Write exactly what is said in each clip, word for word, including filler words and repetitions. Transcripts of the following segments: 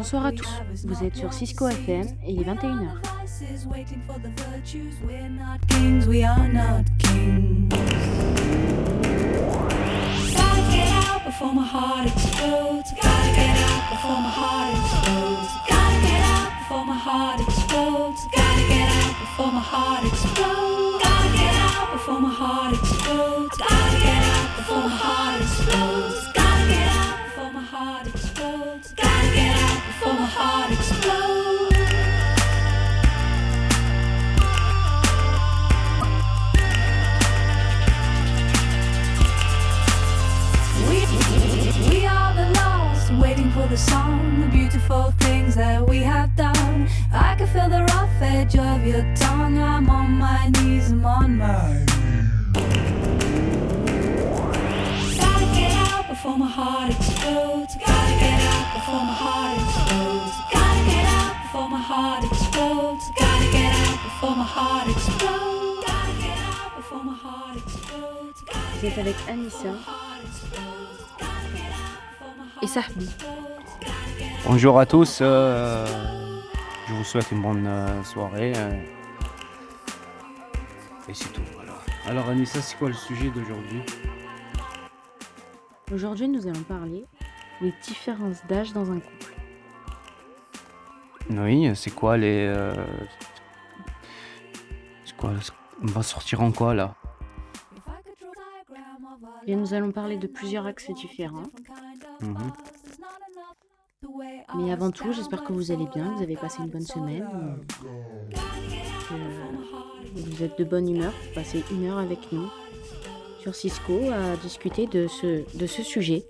Bonsoir à tous, vous êtes sur Cisco F M et il est vingt et une heures. Before my heart explodes, gotta get out before my heart explodes. Gotta get out before my heart explodes. Gotta get out before my heart explodes. Gotta get out before my heart explodes. Gotta get out before my heart explodes. Gotta get out before my heart explodes. Gotta get out before my heart explodes. We are the lost, waiting for the song, the beautiful things that we have done. I can feel the rough edge of your tongue. I'm on my knees, I'm on my Gotta get out before my heart explodes. Gotta get out before my heart explodes. Gotta get out before my heart explodes. Gotta get out before my heart explodes. Gotta get out before my heart explodes. Vous êtes avec Anissa et Sahbi. Bonjour à tous, euh, je vous souhaite une bonne euh, soirée. Euh, et c'est tout, voilà. Alors Anissa, c'est quoi le sujet d'aujourd'hui? Aujourd'hui, nous allons parler des différences d'âge dans un couple. Oui, c'est quoi les... Euh, c'est quoi, on va sortir en quoi là? Et nous allons parler de plusieurs axes différents. Mmh. Mais avant tout, j'espère que vous allez bien, que vous avez passé une bonne semaine, que vous êtes de bonne humeur pour passer une heure avec nous sur Cisco à discuter de ce, de ce sujet.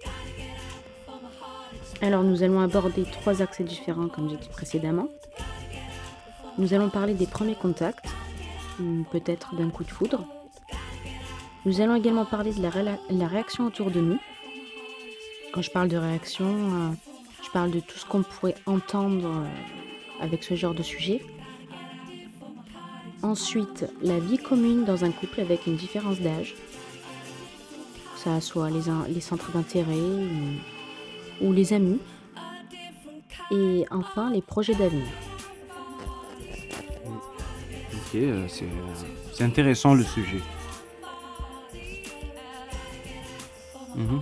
Alors nous allons aborder trois axes différents comme j'ai dit précédemment. Nous allons parler des premiers contacts, ou peut-être d'un coup de foudre. Nous allons également parler de la, ré- la réaction autour de nous. Quand je parle de réaction, euh, je parle de tout ce qu'on pourrait entendre euh, avec ce genre de sujet. Ensuite, la vie commune dans un couple avec une différence d'âge. Ça soit les, in- les centres d'intérêt ou, ou les amis. Et enfin, les projets d'avenir. Ok, euh, c'est, euh, c'est intéressant le sujet. Mmh.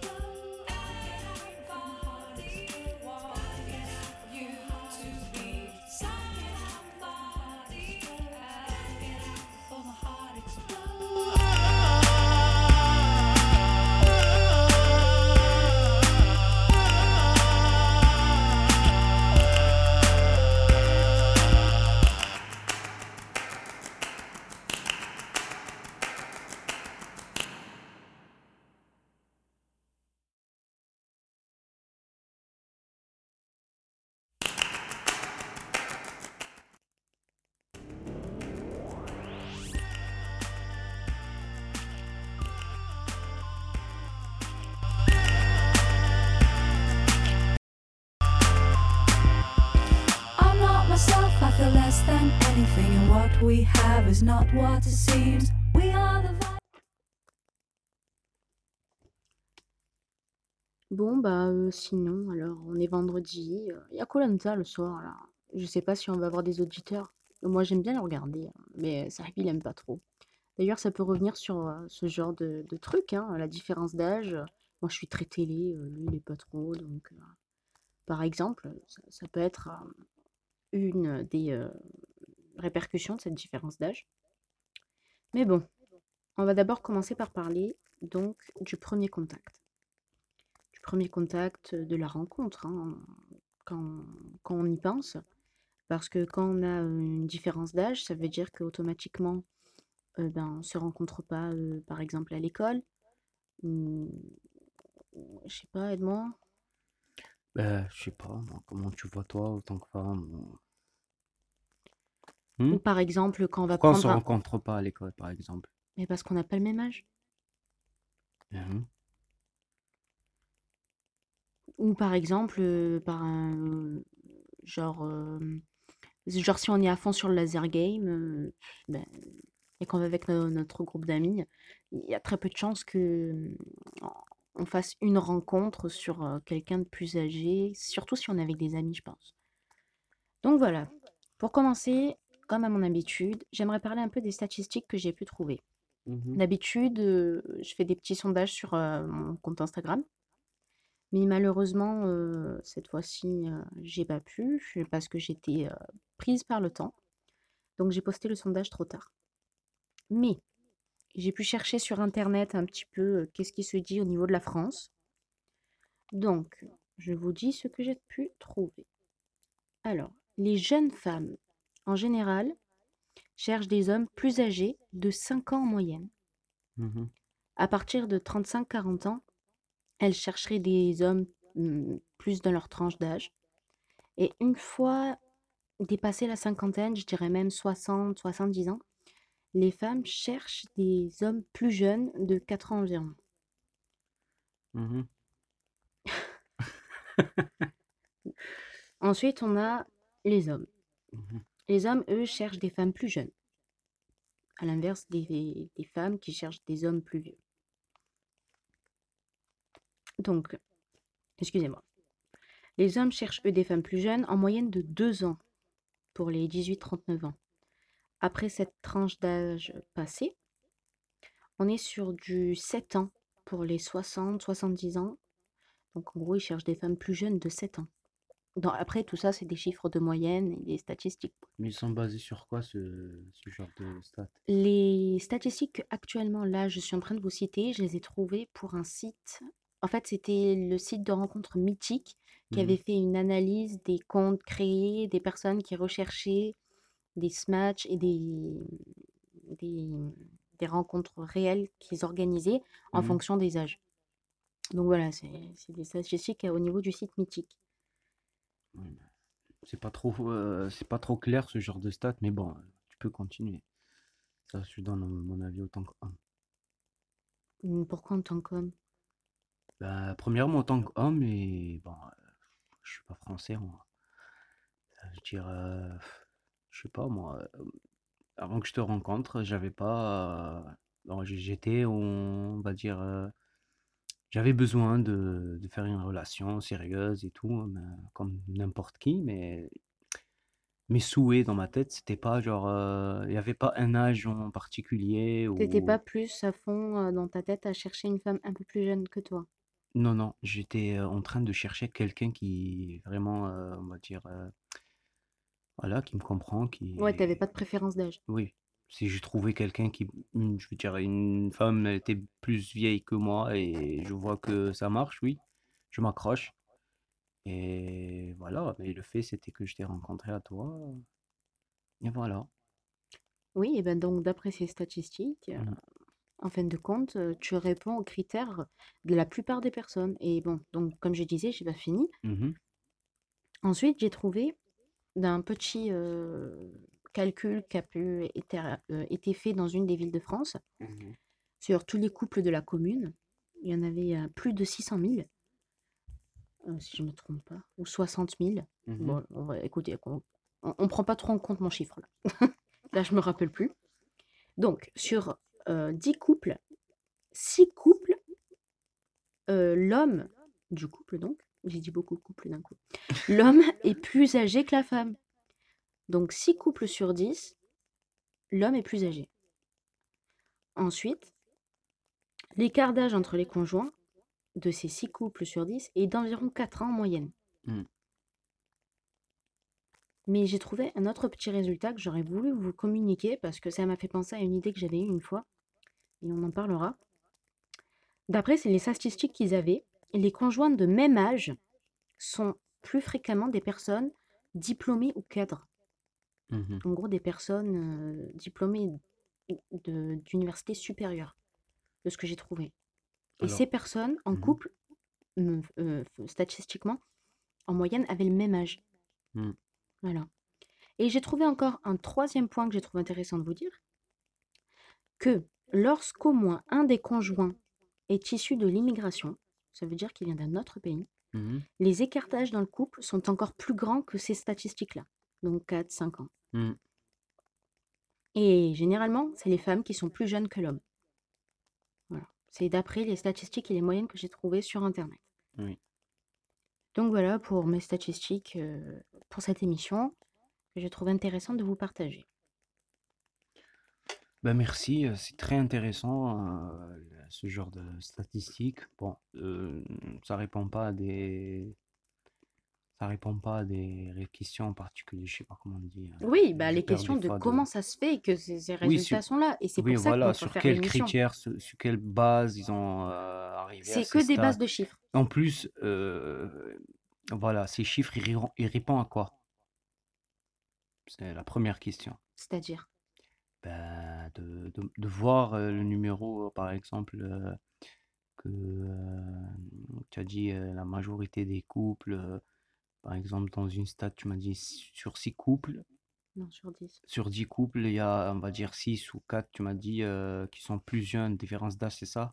I feel less than anything, and what we have is not what it seems. We are the Bon, bah euh, sinon, alors on est vendredi. Il y a koh le soir là. Je sais pas si on va avoir des auditeurs. Moi j'aime bien les regarder, hein, mais Sahbi il aime pas trop. D'ailleurs, ça peut revenir sur euh, ce genre de, de truc, hein, la différence d'âge. Moi je suis très télé, euh, lui il est pas trop. Donc, euh, par exemple, ça, ça peut être euh, une des euh, répercussions de cette différence d'âge. Mais bon, on va d'abord commencer par parler donc du premier contact. Du premier contact, de la rencontre, hein, quand, quand on y pense. Parce que quand on a euh, une différence d'âge, ça veut dire qu'automatiquement, euh, ben, on ne se rencontre pas, euh, par exemple, à l'école. Ou, ou- je sais pas, aide-moi. Ben, je sais pas, moi, comment tu vois toi, en tant que femme? Ou Hmm. par exemple, quand on va Pourquoi on se prendre un... rencontre pas à l'école, par exemple? Mais parce qu'on n'a pas le même âge. Mhm. Ou par exemple, euh, par un... Genre, euh, genre si on est à fond sur le laser game, euh, ben, et qu'on va avec no- notre groupe d'amis, il y a très peu de chances que on fasse une rencontre sur euh, quelqu'un de plus âgé, surtout si on est avec des amis, je pense. Donc voilà, pour commencer, comme à mon habitude, j'aimerais parler un peu des statistiques que j'ai pu trouver. Mhm. D'habitude, euh, je fais des petits sondages sur euh, mon compte Instagram, mais malheureusement, euh, cette fois-ci, euh, j'ai pas pu parce que j'étais euh, prise par le temps. Donc j'ai posté le sondage trop tard. Mais j'ai pu chercher sur internet un petit peu euh, qu'est-ce qui se dit au niveau de la France. Donc, je vous dis ce que j'ai pu trouver. Alors, les jeunes femmes, en général, cherchent des hommes plus âgés de cinq ans en moyenne. Mhm. À partir de trente-cinq à quarante ans, elles chercheraient des hommes hmm, plus dans leur tranche d'âge. Et une fois dépassé la cinquantaine, je dirais même soixante, soixante-dix ans, les femmes cherchent des hommes plus jeunes de quatre ans environ. Mhm. Ensuite, on a les hommes. Mhm. Les hommes, eux, cherchent des femmes plus jeunes, à l'inverse des, des femmes qui cherchent des hommes plus vieux. Donc, excusez-moi. Les hommes cherchent, eux, des femmes plus jeunes, en moyenne de deux ans pour les dix-huit trente-neuf ans. Après cette tranche d'âge passée, on est sur du sept ans pour les soixante soixante-dix ans. Donc, en gros, ils cherchent des femmes plus jeunes de sept ans. Dans- après, tout ça, c'est des chiffres de moyenne et des statistiques. Mais ils sont basés sur quoi ce, ce genre de stats? Les statistiques que actuellement, là, je suis en train de vous citer, je les ai trouvées pour un site. En fait, c'était le site de rencontre Mythique qui avait Mhm. fait une analyse des comptes créés, des personnes qui recherchaient des smatchs et des, des, des rencontres réelles qu'ils organisaient en Mhm. fonction des âges. Donc voilà, c'est c'est des statistiques au niveau du site Mythique. Ouais, mais c'est pas trop, euh, c'est pas trop clair ce genre de stats, mais bon, tu peux continuer. Ça, je donne mon avis autant que homme. Hum, Pourquoi en tant qu'homme? Bah, premièrement, en tant qu'homme, et bon, euh, je suis pas français, moi. Euh, Je dirais, euh, je sais pas, moi, euh, avant que je te rencontre, j'avais pas. euh, bon, j- j'étais, on va dire, euh, j'avais besoin de, de faire une relation sérieuse et tout, hein, ben, comme n'importe qui, mais mes souhaits dans ma tête, c'était pas genre, euh, il y avait pas un âge en particulier T'étais pas ou. plus à fond euh, dans ta tête à chercher une femme un peu plus jeune que toi? Non, non, j'étais euh, en train de chercher quelqu'un qui vraiment, euh, on va dire, euh, voilà, qui me comprend, Ouais, t'avais qui. pas de préférence d'âge. Oui, si je trouvais quelqu'un qui, une- je veux dire, une femme elle était plus vieille que moi et je vois que ça marche, oui, je m'accroche. Et voilà, mais le fait c'était que je t'ai rencontré à toi, et voilà. Oui, et ben donc d'après ces statistiques, euh, Mhm. en fin de compte, euh, tu réponds aux critères de la plupart des personnes. Et bon, donc comme je disais, j'ai pas fini. Mhm. Ensuite, j'ai trouvé d'un petit euh, calcul qui a pu être, euh, été fait dans une des villes de France Mhm. sur tous les couples de la commune. Il y en avait euh, plus de six cent mille, euh, si je ne me trompe pas, ou soixante mille. Mhm. Bon, on va, écoutez, on, on, prend pas trop en compte mon chiffre là. Là, je me rappelle plus. Donc, sur euh, dix couples, six couples, euh, l'homme du couple donc, j'ai dit beaucoup de couples d'un coup, l'homme est plus âgé que la femme. Donc six couples sur dix, l'homme est plus âgé. Ensuite, l'écart d'âge entre les conjoints de ces six couples sur dix est d'environ quatre ans en moyenne. Mhm. Mais j'ai trouvé un autre petit résultat que j'aurais voulu vous communiquer parce que ça m'a fait penser à une idée que j'avais eue une fois et on en parlera. D'après c'est les statistiques qu'ils avaient, les conjoints de même âge sont plus fréquemment des personnes diplômées ou cadres. Mhm. En gros, des personnes euh, diplômées de- d'université supérieure, de ce que j'ai trouvé. Et ces Alors, personnes en mhm. couple, me- euh, statistiquement, en moyenne, avaient le même âge. Mhm. Voilà. Et j'ai trouvé encore un troisième point que j'ai trouvé intéressant de vous dire, que lorsqu'au moins un des conjoints est issu de l'immigration, ça veut dire qu'il vient d'un autre pays, Mhm. les écartages dans le couple sont encore plus grands que ces statistiques-là, donc quatre cinq ans. Mhm. Et généralement, c'est les femmes qui sont plus jeunes que l'homme. Voilà. C'est d'après les statistiques et les moyennes que j'ai trouvées sur internet. Oui. Donc voilà pour mes statistiques, heu, pour cette émission, que je trouve intéressant de vous partager. Bah, merci, heu, c'est très intéressant, heu, ce genre de statistiques. Bon, heu, ça répond pas à des ça répond pas à des ré questions en particulier, je sais pas comment on dit, heu, Oui, bah, je les perds des questions de fois de comment ça se fait que ces ces oui, su résultats sont là et c'est oui, pour ça qu'on voilà, doit sur faire quels l'émission. critères, su sur quelle base ils ont, heu, arrivé à C'est ces que des stats. bases de chiffres, En plus, heu, voilà, ces chiffres, ils riront ils répondent à quoi? C'est la première question. c'est-à-dire? Bah, de de de voir, heu, le numéro, euh, par exemple, heu, que, hem, tu as dit, heu, la majorité des couples, heu, par exemple, dans une stat, tu m'as dit s sur six couples, Non, sur dix. sur dix couples, il y a, on va dire six ou quatre, tu m'as dit, heu, qui sont plus jeunes, différence d'âge, c'est ça?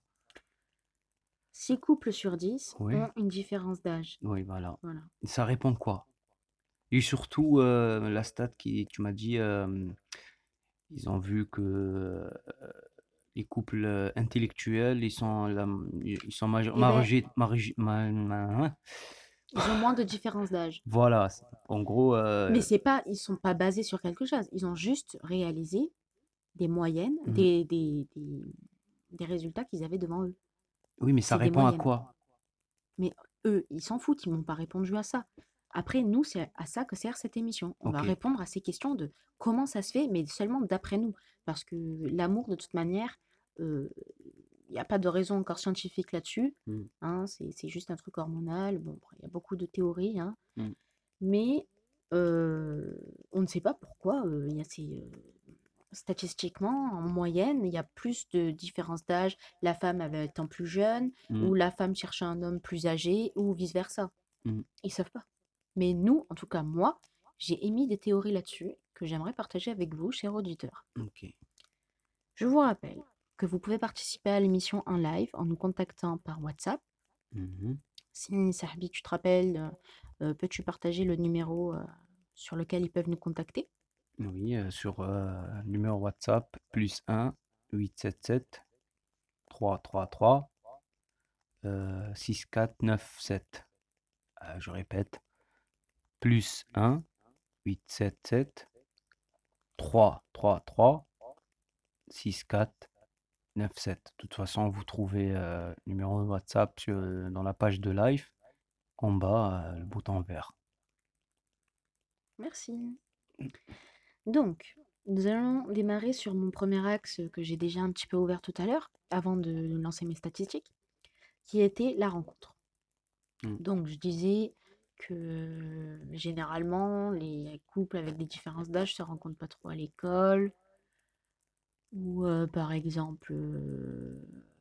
Six couples sur dix Oui, ont une différence d'âge. oui, voilà. Voilà. Ça répond quoi? Et surtout, heu, la stat qui tu m'as dit, hem, ils ont vu que, heu, les couples, heu, intellectuels, ils sont la ils sont majo Eh beh, marogé margi ma ma hein? ils ont moins de différence d'âge. Voilà, c en gros, Mais heu, c'est pas ils sont pas basés sur quelque chose. Ils ont juste réalisé des moyennes, mmh, des des des des résultats qu'ils avaient devant eux. oui, mais ça C'est des répond à moyennes. quoi? Mais eux, ils s'en foutent, ils m'ont pas répondu à ça. Après, nous, c'est à ça que sert cette émission. On va OK. répondre à ces questions de comment ça se fait, mais seulement d'après nous. Parce que l'amour, de toute manière, il n'y a pas de raison encore scientifique là-dessus. Mmh, Hein, c'est c'est juste un truc hormonal. Bon, il y a beaucoup de théories, hein, mmh, mais euh, on ne sait pas pourquoi euh, il y a ces, euh, statistiquement, en moyenne, il y a plus de différence d'âge, la femme avait étant plus jeune, mmh, ou la femme cherchait un homme plus âgé, ou vice-versa. mmh, Ils savent pas. Mais nous, en tout cas moi, j'ai émis des théories là-dessus que j'aimerais partager avec vous, chers auditeurs. OK. Je vous rappelle que vous pouvez participer à l'émission en live en nous contactant par WhatsApp. Mmh mh. Si Sahbi, tu te rappelles, euh, euh, peux-tu partager le numéro euh, sur lequel ils peuvent nous contacter? Oui, heu, sur, heu, numéro WhatsApp plus un huit sept sept trois trois trois, heu, six quatre neuf sept. Heu, je répète, plus un huit sept sept trois trois trois six quatre neuf sept. De toute façon, vous trouvez, heu, le numéro de WhatsApp sur, heu, dans la page de live, en bas, heu, le bouton vert. Merci. Donc, nous allons démarrer sur mon premier axe que j'ai déjà un petit peu ouvert tout à l'heure, avant de lancer mes statistiques, qui était la rencontre. Mmh. Donc, je disais que généralement, les couples avec des différences d'âge se rencontrent pas trop à l'école, ou euh, par exemple, euh,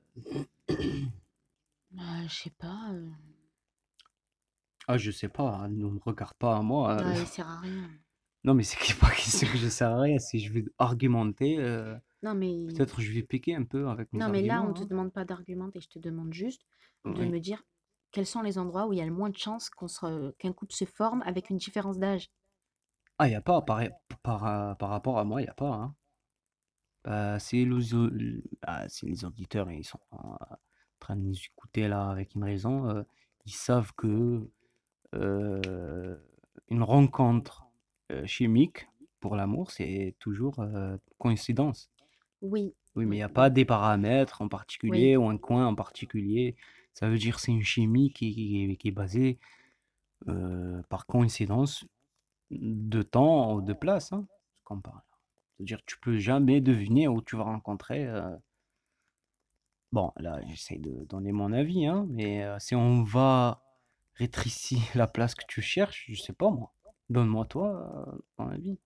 bah, je sais pas, euh, Ah, je sais pas, hein, ne me regarde pas à moi, heu. ah, il sert à rien. Non, mais c'est qui pas question que je sers à rien, si je vais argumenter, heu, Non, mais, peut-être je vais piquer un peu avec mes non, mais là, on arguments, te hein. demande pas d'argumenter, je te demande juste de Oui. me dire quels sont les endroits où il y a le moins de chances qu'on se- qu'un couple se forme avec une différence d'âge. Ah, il y a pas, par par, heu, par rapport à moi, il y a pas, hein. Heu, si les au ah, si les auditeurs, ils sont en train de nous écouter là avec une raison, heu, ils savent que, heu, une rencontre, heu, chimique pour l'amour, c'est toujours, heu, coïncidence. Oui, Oui, mais il y oui, a pas oui, des paramètres en oui. particulier ou un coin en particulier. Ça veut dire c'est une chimie qui qui est qui est basée, heu, par coïncidence de temps ou de place, hein, qu'on parle. C'est-à-dire que tu peux jamais deviner où tu vas rencontrer, heu bon, là, j'essaie de donner mon avis, hein, mais heu, si on va rétrécir la place que tu cherches, je sais pas moi. Donne-moi toi, heu, ton avis.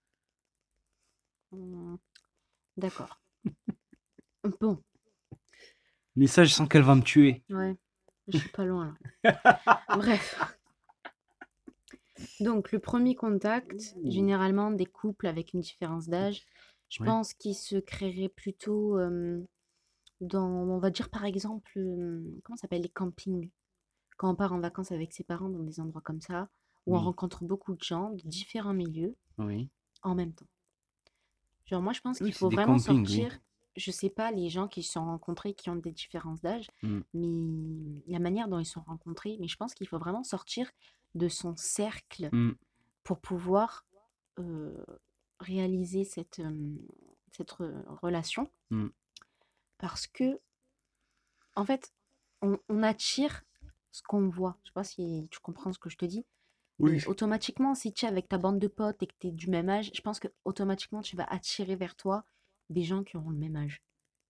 Hmm, d'accord. Bon, Mais ça, je sens qu'elle va me tuer. ouais, je suis pas loin là. Bref, donc le premier contact, généralement des couples avec une différence d'âge, je Oui, pense qu'il se créerait plutôt euh, dans, on va dire par exemple, euh, comment ça s'appelle, les campings. Quand on part en vacances avec ses parents dans des endroits comme ça, où on oui, rencontre beaucoup de gens de différents milieux oui. en même temps. Genre moi je pense Oui, qu'il c'est faut des vraiment campings, oui. sortir je sais pas les gens qui se sont rencontrés, qui ont des différences d'âge, Mm, mais la manière dont ils se sont rencontrés, mais je pense qu'il faut vraiment sortir de son cercle mm, pour pouvoir euh, réaliser cette, euh, cette re- relation. mm. Parce que, en fait, on, on attire ce qu'on voit. Je sais pas si tu comprends ce que je te dis. Oui. Et automatiquement, si tu es avec ta bande de potes et que tu es du même âge, je pense que automatiquement tu vas attirer vers toi des gens qui auront le même âge.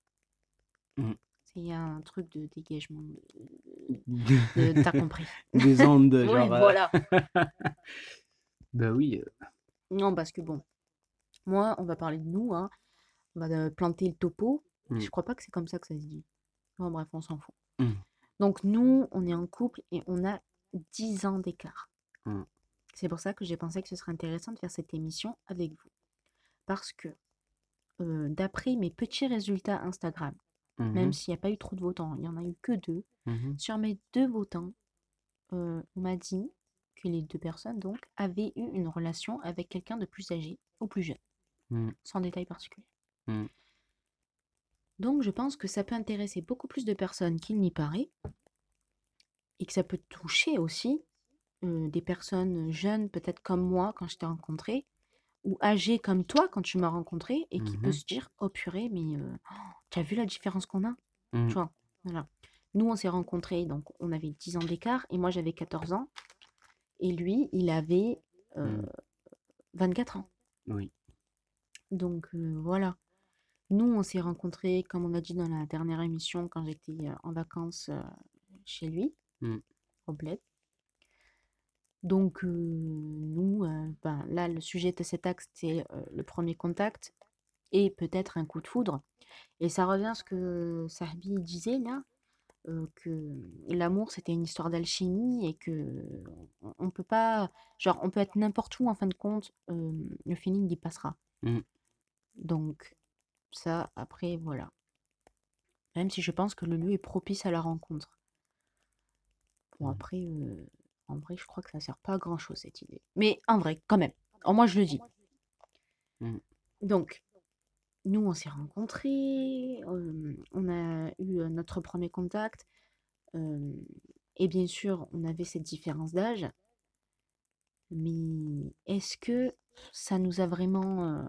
Mm. C'est un truc de dégagement. De, de- t'as compris. Des ondes, Ouais, genre. euh, voilà. Ben oui. euh, Non, parce que bon, moi, on va parler de nous, hein. On va euh, planter le topo. Je mm, crois pas que c'est comme ça que ça se dit. Bon, bref, on s'en fout. mm, Donc, nous, on est en couple et on a dix ans d'écart. mm, C'est pour ça que j'ai pensé que ce serait intéressant de faire cette émission avec vous. Parce que, euh, d'après mes petits résultats Instagram, même mhm, s'il n'y a pas eu trop de votants, il n'y en a eu que deux, mhm, sur mes deux votants, euh, on m'a dit que les deux personnes, donc, avaient eu une relation avec quelqu'un de plus âgé ou plus jeune, mm, sans détail particulier. mm, Donc, je pense que ça peut intéresser beaucoup plus de personnes qu'il n'y paraît, et que ça peut toucher aussi euh, des personnes jeunes, peut-être comme moi quand je t'ai rencontré, ou âgées comme toi quand tu m'as rencontré, et qui peut mhm, se dire, oh purée, mais euh, tu as vu la différence qu'on a? Tu mm, vois, voilà. Nous, on s'est rencontrés, donc on avait dix ans d'écart, et moi j'avais quatorze ans, et lui, il avait euh, mm. vingt-quatre ans. Oui. Donc euh, voilà. Nous, on s'est rencontrés, comme on a dit dans la dernière émission, quand j'étais euh, en vacances euh, chez lui, Mm, au bled. Donc, euh, nous, euh, ben, là, le sujet de cet axe, c'est euh, le premier contact et peut-être un coup de foudre. Et ça revient à ce que Sahbi disait là, euh, que l'amour, c'était une histoire d'alchimie et que on on peut pas, genre, on peut être n'importe où en fin de compte, euh, le feeling, il passera. mm, Donc, ça, après, voilà. Même si je pense que le lieu est propice à la rencontre. Bon, mm, après, euh, en vrai, je crois que ça sert pas à grand-chose, cette idée. Mais en vrai, quand même. En moi, je le dis. mm, Donc, nous, on s'est rencontrés, euh, on a eu euh, notre premier contact, euh, et bien sûr, on avait cette différence d'âge, mais est-ce que ça nous a vraiment euh,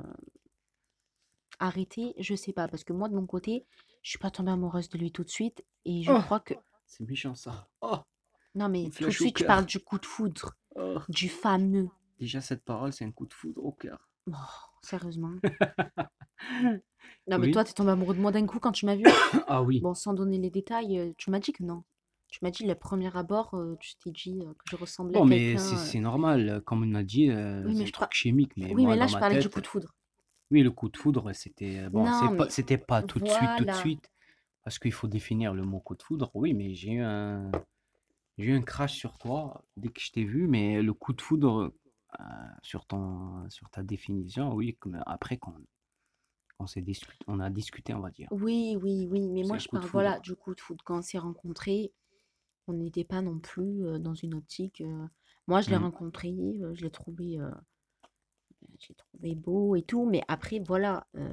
arrêté? Je sais pas, parce que moi, de mon côté, je suis pas tombée amoureuse de lui tout de suite, et je Oh, crois que... c'est méchant ça. Oh, Non, mais une tout de flèche au suite, je parle cœur. du coup de foudre, Oh. du fameux. Déjà, cette parole, c'est un coup de foudre au cœur. Oh, sérieusement. Non, mais Oui. toi, t'es tombée amoureux de moi d'un coup quand tu m'as vu. Ah oui. Bon, sans donner les détails, euh, tu m'as dit que non. Tu m'as dit, le premier abord, euh, tu t'es dit euh, que je ressemblais à Bon, mais c'est quelqu'un. euh. c'est normal. euh, Comme on a dit, euh, Oui, c'est mais un je par... truc chimique. Mais oui, mais moi, là, dans je ma parlais du tête, coup de foudre. oui, le coup de foudre, c'était bon, c'est Non, pas, mais c'était pas tout de suite, tout de voilà. suite, parce qu'il faut définir le mot coup de foudre. Oui, mais j'ai eu un, j'ai eu un crash sur toi dès que je t'ai vu, mais le coup de foudre euh, sur ton, sur ta définition, oui, comme après quand on s'est discuté, on a discuté, on va dire, Oui, oui, oui. Mais c'est moi, un je coup de parle, voilà, foudre. du coup de foudre. Quand on s'est rencontrés, on n'était pas non plus euh, dans une optique. euh, Moi, je l'ai Hmm, rencontré, euh, je l'ai trouvé, euh, je l'ai trouvé beau et tout. Mais après, voilà, euh,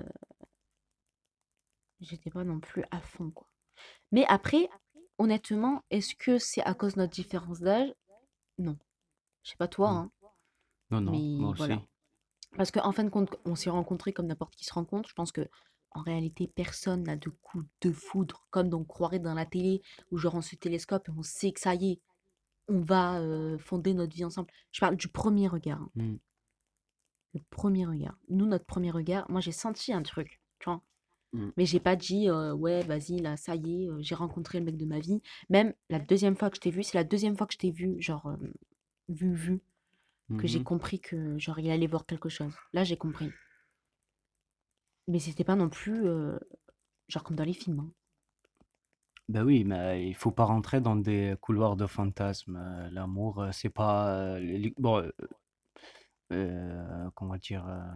j'étais pas non plus à fond, quoi. Mais après, honnêtement, est-ce que c'est à cause de notre différence d'âge? Non. Je sais pas toi, hmm. hein. Non, non, moi Mais voilà. aussi. Parce qu'en fin de compte, on s'est rencontrés comme n'importe qui se rencontre. Je pense que en réalité, personne n'a de coup de foudre, comme on croirait dans la télé, où genre on se télescope et on sait que ça y est, on va euh, fonder notre vie ensemble. Je parle du premier regard, hein. Hmm, Le premier regard. Nous, notre premier regard, moi j'ai senti un truc, tu vois. hmm, Mais j'ai pas dit, euh, ouais, vas-y, là, ça y est, euh, j'ai rencontré le mec de ma vie. Même la deuxième fois que je t'ai vu, c'est la deuxième fois que je t'ai vu, genre, euh, vu, vu, que j'ai mhm. compris que, genre, il allait voir quelque chose. Là, j'ai compris. Mais c'était pas non plus, euh, genre, comme dans les films, hein. Ben oui, mais il faut pas rentrer dans des couloirs de fantasmes. Euh, L'amour, euh, c'est pas euh, les- bon, euh, euh, comment dire, euh,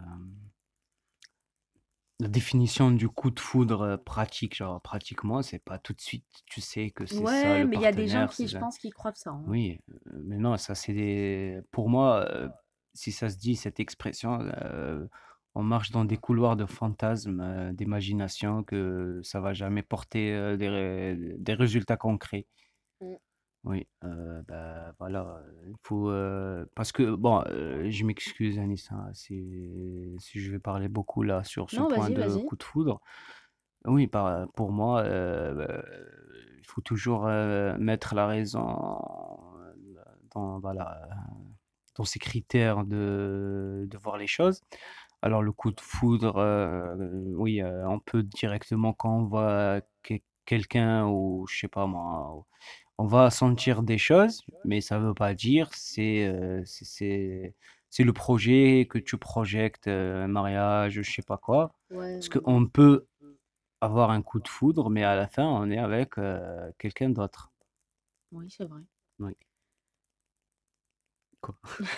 la définition du coup de foudre euh, pratique, genre pratiquement, c'est pas tout de suite, tu sais que c'est ça Ouais, le mais il y a des gens partenaire, qui, c'est je ça. pense, qui croient ça, hein. Oui, euh, mais non, ça c'est des... Pour moi, euh, si ça se dit, cette expression, euh, on marche dans des couloirs de fantasmes, euh, d'imagination, que ça va jamais porter euh, des, ré- des résultats concrets. Mm. Oui, euh, bah, voilà, euh, il faut euh, parce que bon, euh, je m'excuse Anissa, si, si je vais parler beaucoup là sur ce Non, point vas-y, de vas-y. coup de foudre. Oui, par, pour moi, euh, euh, il faut toujours euh, mettre la raison euh, dans, voilà, dans ces critères de, de voir les choses. Alors le coup de foudre, euh, oui, euh, on peut directement quand on voit que- quelqu'un ou je sais pas moi, on va sentir des choses, mais ça veut pas dire c'est euh, c'est c'est c'est le projet que tu projettes, euh, un mariage, je sais pas quoi. Ouais, Parce ouais, ouais. qu'on peut avoir un coup de foudre, mais à la fin, on est avec euh, quelqu'un d'autre. Oui, c'est vrai. Oui. Quoi?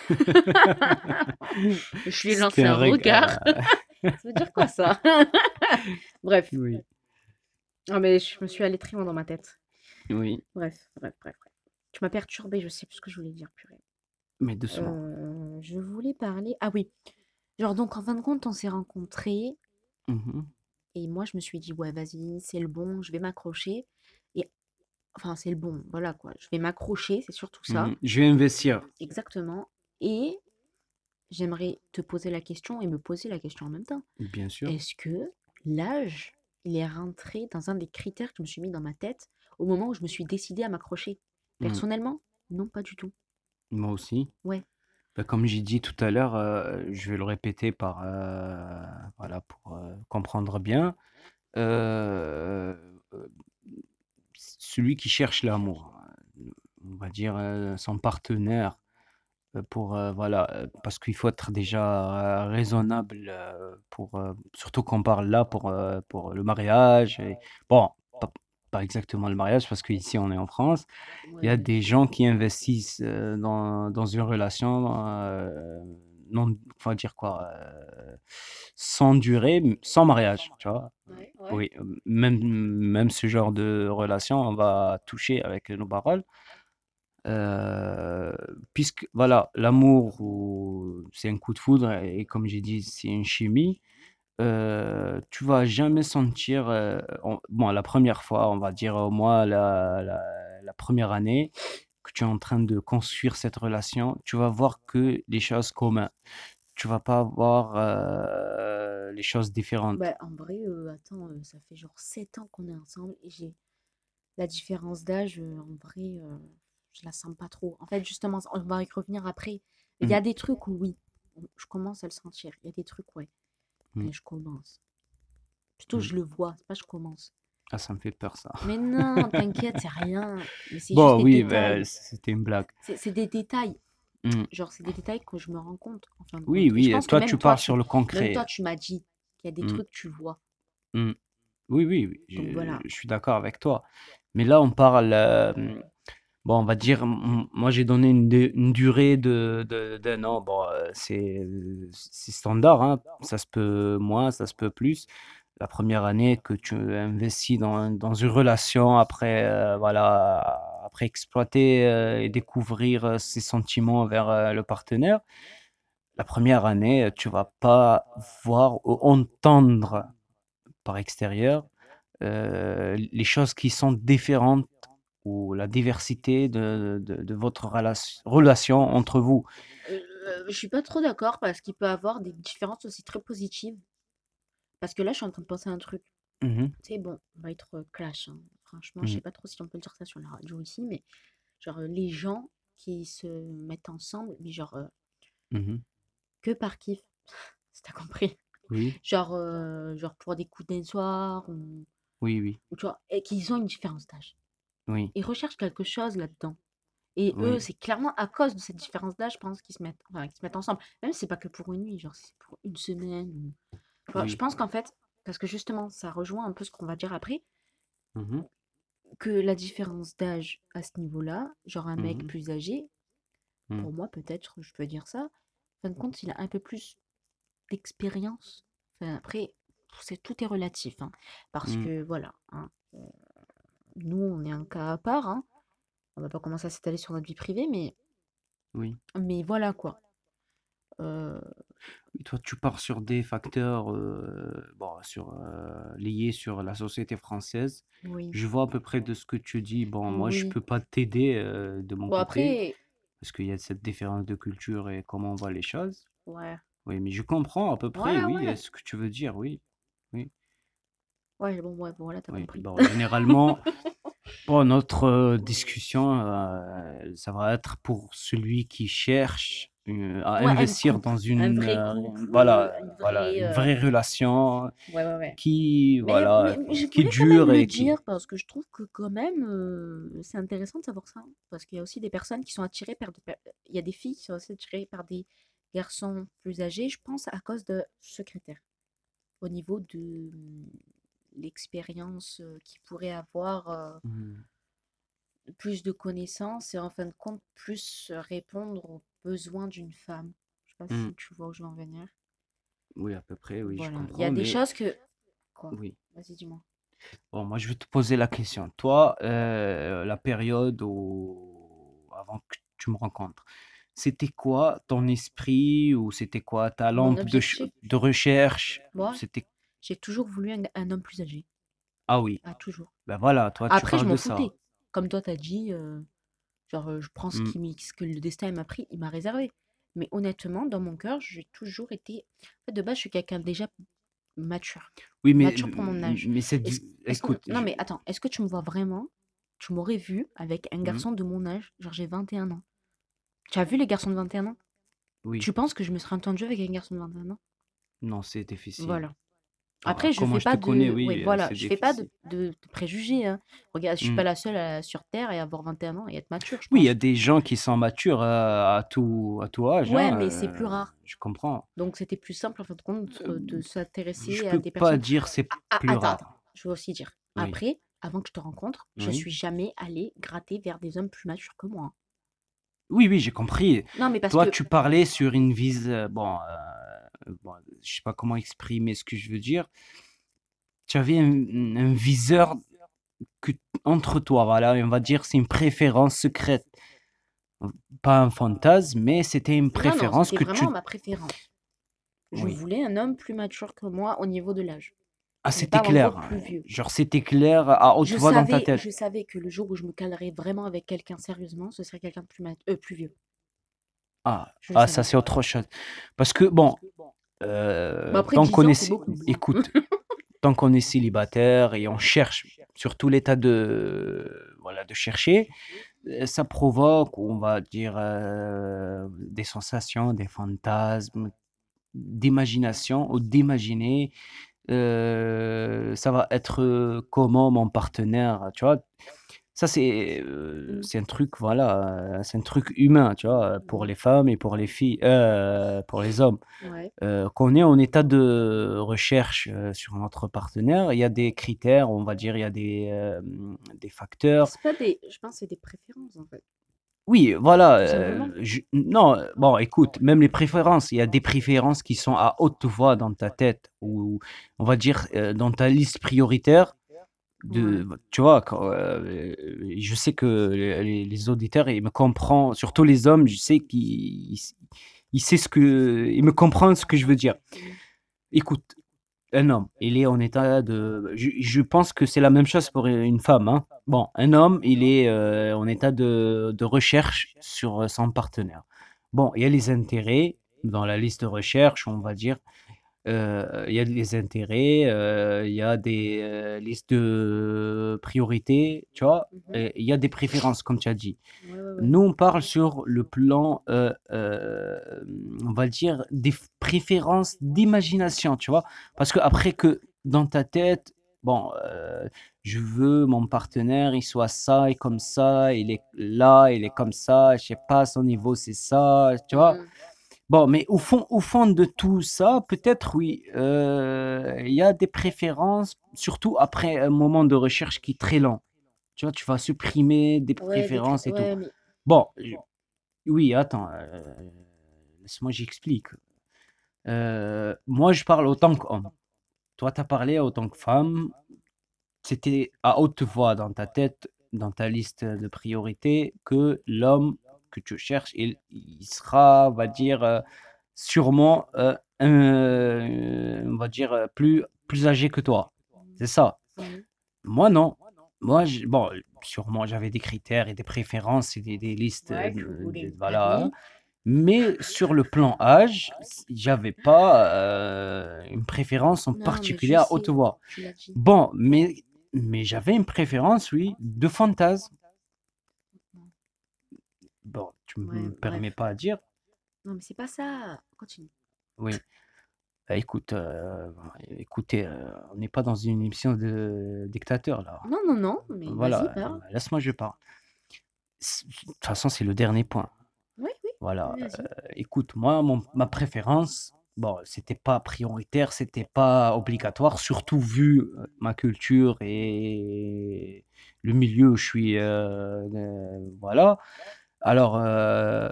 Je lui ai C'était lancé un un regard. regard. Ça veut dire quoi ça? Bref. Oui, Ah, mais je me suis allée très loin dans ma tête. oui, Bref, bref, bref, bref. Tu m'as perturbée, je sais plus ce que je voulais dire, purée. mais doucement. Euh, je voulais parler. Ah oui. Genre, donc, en fin de compte, on s'est rencontrés. Mhm, Et moi, je me suis dit, ouais, vas-y, c'est le bon, je vais m'accrocher. Et enfin, c'est le bon, voilà quoi. Je vais m'accrocher, c'est surtout ça. mhm. Je vais investir, Exactement. Et j'aimerais te poser la question et me poser la question en même temps. bien sûr. Est-ce que l'âge, il est rentré dans un des critères que je me suis mis dans ma tête au moment où je me suis décidée à m'accrocher? Mm. Personnellement, non, pas du tout. Moi aussi. Ouais, Bah, comme j'ai dit tout à l'heure, euh, je vais le répéter par, euh, voilà, pour euh, comprendre bien. Euh, euh, Celui qui cherche l'amour, euh, on va dire euh, son partenaire, euh, pour euh, voilà, euh, parce qu'il faut être déjà euh, raisonnable euh, pour euh, surtout qu'on parle là pour euh, pour le mariage. Et, bon, pas, pas exactement le mariage parce qu'ici on est en France. Il ouais, y a bien des sûr. gens qui investissent euh, dans, dans une relation euh, non, on va dire quoi, euh, sans durée, m- sans mariage, tu vois. Ouais, ouais. Oui, euh, même, même ce genre de relation, on va toucher avec nos paroles. Euh, Puisque, voilà, l'amour, ou- c'est un coup de foudre, et comme j'ai dit, c'est une chimie. Euh, tu vas jamais sentir, euh, on- bon, la première fois, on va dire au moins la, la, la première année que tu es en train de construire cette relation, tu vas voir que les choses communes. Tu vas pas voir euh, les choses différentes. Bah, en vrai, euh, attends, euh, ça fait genre sept ans qu'on est ensemble et j'ai la différence d'âge, euh, en vrai, euh, je la sens pas trop. En fait, justement, on va y revenir après. Il y Mm, a des trucs où oui, on- je commence à le sentir. Il y a des trucs, ouais, mm, mais je commence. Plutôt, mm. je le vois, c'est pas je commence. Ah, ça me fait peur, ça. Mais non, t'inquiète, c'est rien. Mais c'est juste Bon, des oui, ben, détails. c'était une blague. C'est c'est des détails. Mm. Genre, c'est des détails que je me rends compte, en fin de Oui, compte. Et je oui, pense que toi, même tu toi, pars tu, sur le même concret. toi, tu m'as dit qu'il y a des Mm, trucs que tu vois. mm. Oui, oui, oui, Donc je, voilà. je suis d'accord avec toi. Mais là, on parle, euh, bon, on va dire, m- moi, j'ai donné une, dé- une durée de, de, d'un an. Bon, euh, c'est, c'est standard, hein. Ça se peut moins, ça se peut plus. La première année que tu investis dans, dans une relation, après, euh, voilà, après exploiter euh, et découvrir euh, ses sentiments vers euh, le partenaire, la première année, tu vas pas voir ou entendre par extérieur euh, les choses qui sont différentes ou la diversité de, de, de votre relation, relation entre vous. Euh, euh, je suis pas trop d'accord parce qu'il peut avoir des différences aussi très positives. Parce que là, je suis en train de penser à un truc. Mhm, Tu sais, bon, on va être euh, clash, hein. Franchement, je mhm, sais pas trop si on peut dire ça sur la radio ici, mais genre euh, les gens qui se mettent ensemble, mais genre euh, mhm. que par kiff, si t'as compris. Oui, Genre, euh, genre pour des coups d'un soir, ou, oui, oui, ou tu vois, et qu'ils ont une différence d'âge. oui, Ils recherchent quelque chose là-dedans. Et eux, oui, c'est clairement à cause de cette différence d'âge, je pense, qu'ils se mettent, enfin, qu'ils se mettent ensemble. Même si c'est pas que pour une nuit, genre si c'est pour une semaine. Ou... tu vois, je oui. pense qu'en fait, parce que justement, ça rejoint un peu ce qu'on va dire après, Mhm, que la différence d'âge à ce niveau-là, genre un mec mhm, plus âgé, mhm, pour moi peut-être, je peux dire ça, en fin de compte, il a un peu plus d'expérience. Enfin, après, c'est, tout est relatif, hein, parce mhm. que voilà, hein, euh, nous, on est un cas à part, hein, on va pas commencer à s'étaler sur notre vie privée, mais, Oui, mais voilà quoi. Euh, Oui, toi, tu pars sur des facteurs euh, bon, sur, euh, liés sur la société française. Oui, Je vois à peu près de ce que tu dis. Bon, moi, je oui. peux pas t'aider euh, de mon Bon côté après, parce qu'il y a cette différence de culture et comment on voit les choses. ouais. Oui, mais je comprends à peu près, Ouais, oui, euh, ouais. ce que tu veux dire, oui. Oui, Ouais, bon, ouais, bon, voilà, t'as oui. compris. Bon, généralement, bon, notre euh, discussion, euh, ça va être pour celui qui cherche euh, à Ouais, un investir dans couple, un une, vrai euh, couple, euh, voilà, une voilà, vraie. une euh, vraie relation Ouais, ouais, ouais. qui, Mais, voilà, mais, mais je qui voulais quand même dure le et qui. dire parce que je trouve que quand même euh, c'est intéressant de savoir ça. Hein, parce qu'il y a aussi des personnes qui sont attirées par des... per- Il y a des filles qui sont aussi attirées par des garçons plus âgés, je pense, à cause de ce critère. Au niveau de hum, l'expérience euh, qu'ils pourraient avoir, euh, Hmm, plus de connaissances et en fin de compte, plus euh, répondre aux besoins d'une femme. Je sais pas hmm. si tu vois où je veux en venir. Oui, à peu près, oui, je Voilà. Il y comprends, a des mais choses que... Quoi? oui. Vas-y, dis-moi. Bon, moi, je vais te poser la question. Toi, euh, la période où... avant que tu me rencontres, c'était quoi ton esprit ou c'était quoi ta Mon lampe de, ch- objectif, de recherche? moi, C'était... j'ai toujours voulu un, un homme plus âgé. Ah oui, Ah, toujours. ben voilà, toi, tu Après, je parles m'en de ça. foutais. Comme toi, t'as dit, euh, genre, euh, je prends ce, Hmm. qui, m'y- ce que le destin m'a pris, il m'a réservé. Mais honnêtement, dans mon cœur, j'ai toujours été. En fait, de base, je suis quelqu'un déjà mature. Oui, mais, Mature pour mon âge. mais cette... Est-ce, vi- est-ce que. Écoute, Non, je- mais attends, est-ce que tu me vois vraiment? Tu m'aurais vu avec un Hmm, garçon de mon âge, genre j'ai vingt et un ans. Tu as vu les garçons de vingt et un ans? oui, Tu penses que je me serais entendue avec un garçon de vingt et un ans? non, c'est difficile. Voilà. Ah, Après, je comment fais je te pas connais, de, ouais, oui, euh, voilà, c'est je fais pas de, difficile. de- de préjugés, hein. Regarde, je suis Hmm. pas la seule à- sur Terre et avoir vingt et un ans et être mature, je Oui, il y a pense. des gens qui sont matures euh, à tout, à tout âge, Ouais, hein, mais c'est plus euh, rare. je comprends. Donc c'était plus simple en fin de compte Euh, euh, de Je s'intéresser à peux des pas personnes. dire c'est Ah, ah, plus attends, attends. rare. Je veux aussi dire. Oui, Après, avant que je te rencontre, je oui. suis jamais allée gratter vers des hommes plus matures que moi. Hein. Oui, oui, j'ai compris. Non, mais parce Toi, que tu parlais sur une vise, euh, bon, euh, bon, je sais pas comment exprimer ce que je veux dire. Tu avais un, un viseur que, entre toi, voilà, et on va dire c'est une préférence secrète. Pas un fantasme, mais c'était une non, non, préférence c'était que vraiment tu... ma préférence. Je Oui. voulais un homme plus mature que moi au niveau de l'âge. Ah, Je c'était parle en gros clair. plus vieux. Genre, c'était clair à haute Je voix dans ta savais, tête. je savais que le jour où je me calerais vraiment avec quelqu'un sérieusement, ce serait quelqu'un de plus, mat- euh, plus vieux. Ah, Je le ah, ça savais. c'est autre chose. Parce que, bon, Bon, euh, après, tant dix qu'on ans, est... c'est ci- beaucoup. Hein. Écoute, tant qu'on est célibataire et on cherche, surtout l'état de, voilà, de chercher, euh, ça provoque, on va dire, euh, des sensations, des fantasmes, d'imagination ou d'imaginer, euh, ça va être euh, comment mon partenaire, tu vois. Ça, c'est euh, Mm. c'est un truc, voilà, euh, c'est un truc humain, tu vois, pour Ouais. les femmes et pour les filles, euh, pour les hommes. Ouais. Euh, qu'on est en état de recherche euh, sur notre partenaire, il y a des critères, on va dire, il y a des, euh, des facteurs. C'est pas des. Je pense que c'est des préférences en fait. Oui, voilà. Tout euh, simplement. je- non, euh, bon, écoute, même les préférences, il y a des préférences qui sont à haute voix dans ta tête, ou on va dire euh, dans ta liste prioritaire. Ouais. De, tu vois, quand, euh, je sais que les, les auditeurs, ils me comprennent, surtout les hommes, je sais qu'ils ils, ils savent ce que, ils me comprennent ce que je veux dire. Mm. Écoute, un homme, il est en état de... Je, je pense que c'est la même chose pour une femme, hein. Bon, un homme, il est euh, en état de, de recherche sur son partenaire. Bon, il y a les intérêts dans la liste de recherche, on va dire. Euh, il y a les intérêts, euh, il y a des euh, listes de priorités, tu vois. Mhm. Et il y a des préférences, comme tu as dit. Ouais, ouais, ouais. Nous, on parle sur le plan, euh, euh, on va dire, des f- préférences d'imagination, tu vois. Parce que après que dans ta tête, bon, euh, je veux mon partenaire, il soit ça et comme ça, il est là, il est comme ça, je sais pas, son niveau c'est ça, tu vois. Mm. Bon, mais au fond, au fond de tout ça, peut-être oui, euh, il y a des préférences, surtout après un moment de recherche qui est très lent. Tu vois, tu vas supprimer des Ouais, des pré- préférences et tout. ouais, mais. Bon, je- oui, attends, euh, laisse-moi j'explique. Euh, moi, je parle autant qu'homme. Toi, tu as parlé autant que femme. C'était à haute voix dans ta tête, dans ta liste de priorités, que l'homme que tu cherches, il, il sera, on va dire, euh, sûrement, euh, un- on va dire, euh, plus, plus âgé que toi. Mmh. C'est ça. Oui. Moi, non. Moi, j'ai- bon, sûrement, j'avais des critères et des préférences et des, des listes, euh, Ouais, tu de- voulais de- une voilà. famille. Mais sur le plan âge, s- j'avais pas euh, une préférence en Non, mais particulier je à haute sais, voix. tu l'as dit. Bon, mais, mais j'avais une préférence, oui, de fantasme. Non. Bon, tu Ouais, me permets bref. pas à dire. Non, mais c'est pas ça. Continue. Oui. Bah, écoute, euh, écoutez, euh, on n'est pas dans une émission de dictateur là. Non, non, non, mais vas-y, Voilà, parle. laisse-moi je parle. C- De toute façon, c'est le dernier point. Oui, oui, Voilà, vas-y. euh, écoute, moi, mon- ma préférence, bon, c'était pas prioritaire, c'était pas obligatoire, surtout vu euh, ma culture et le milieu où je suis. Euh, euh, voilà. Alors, euh,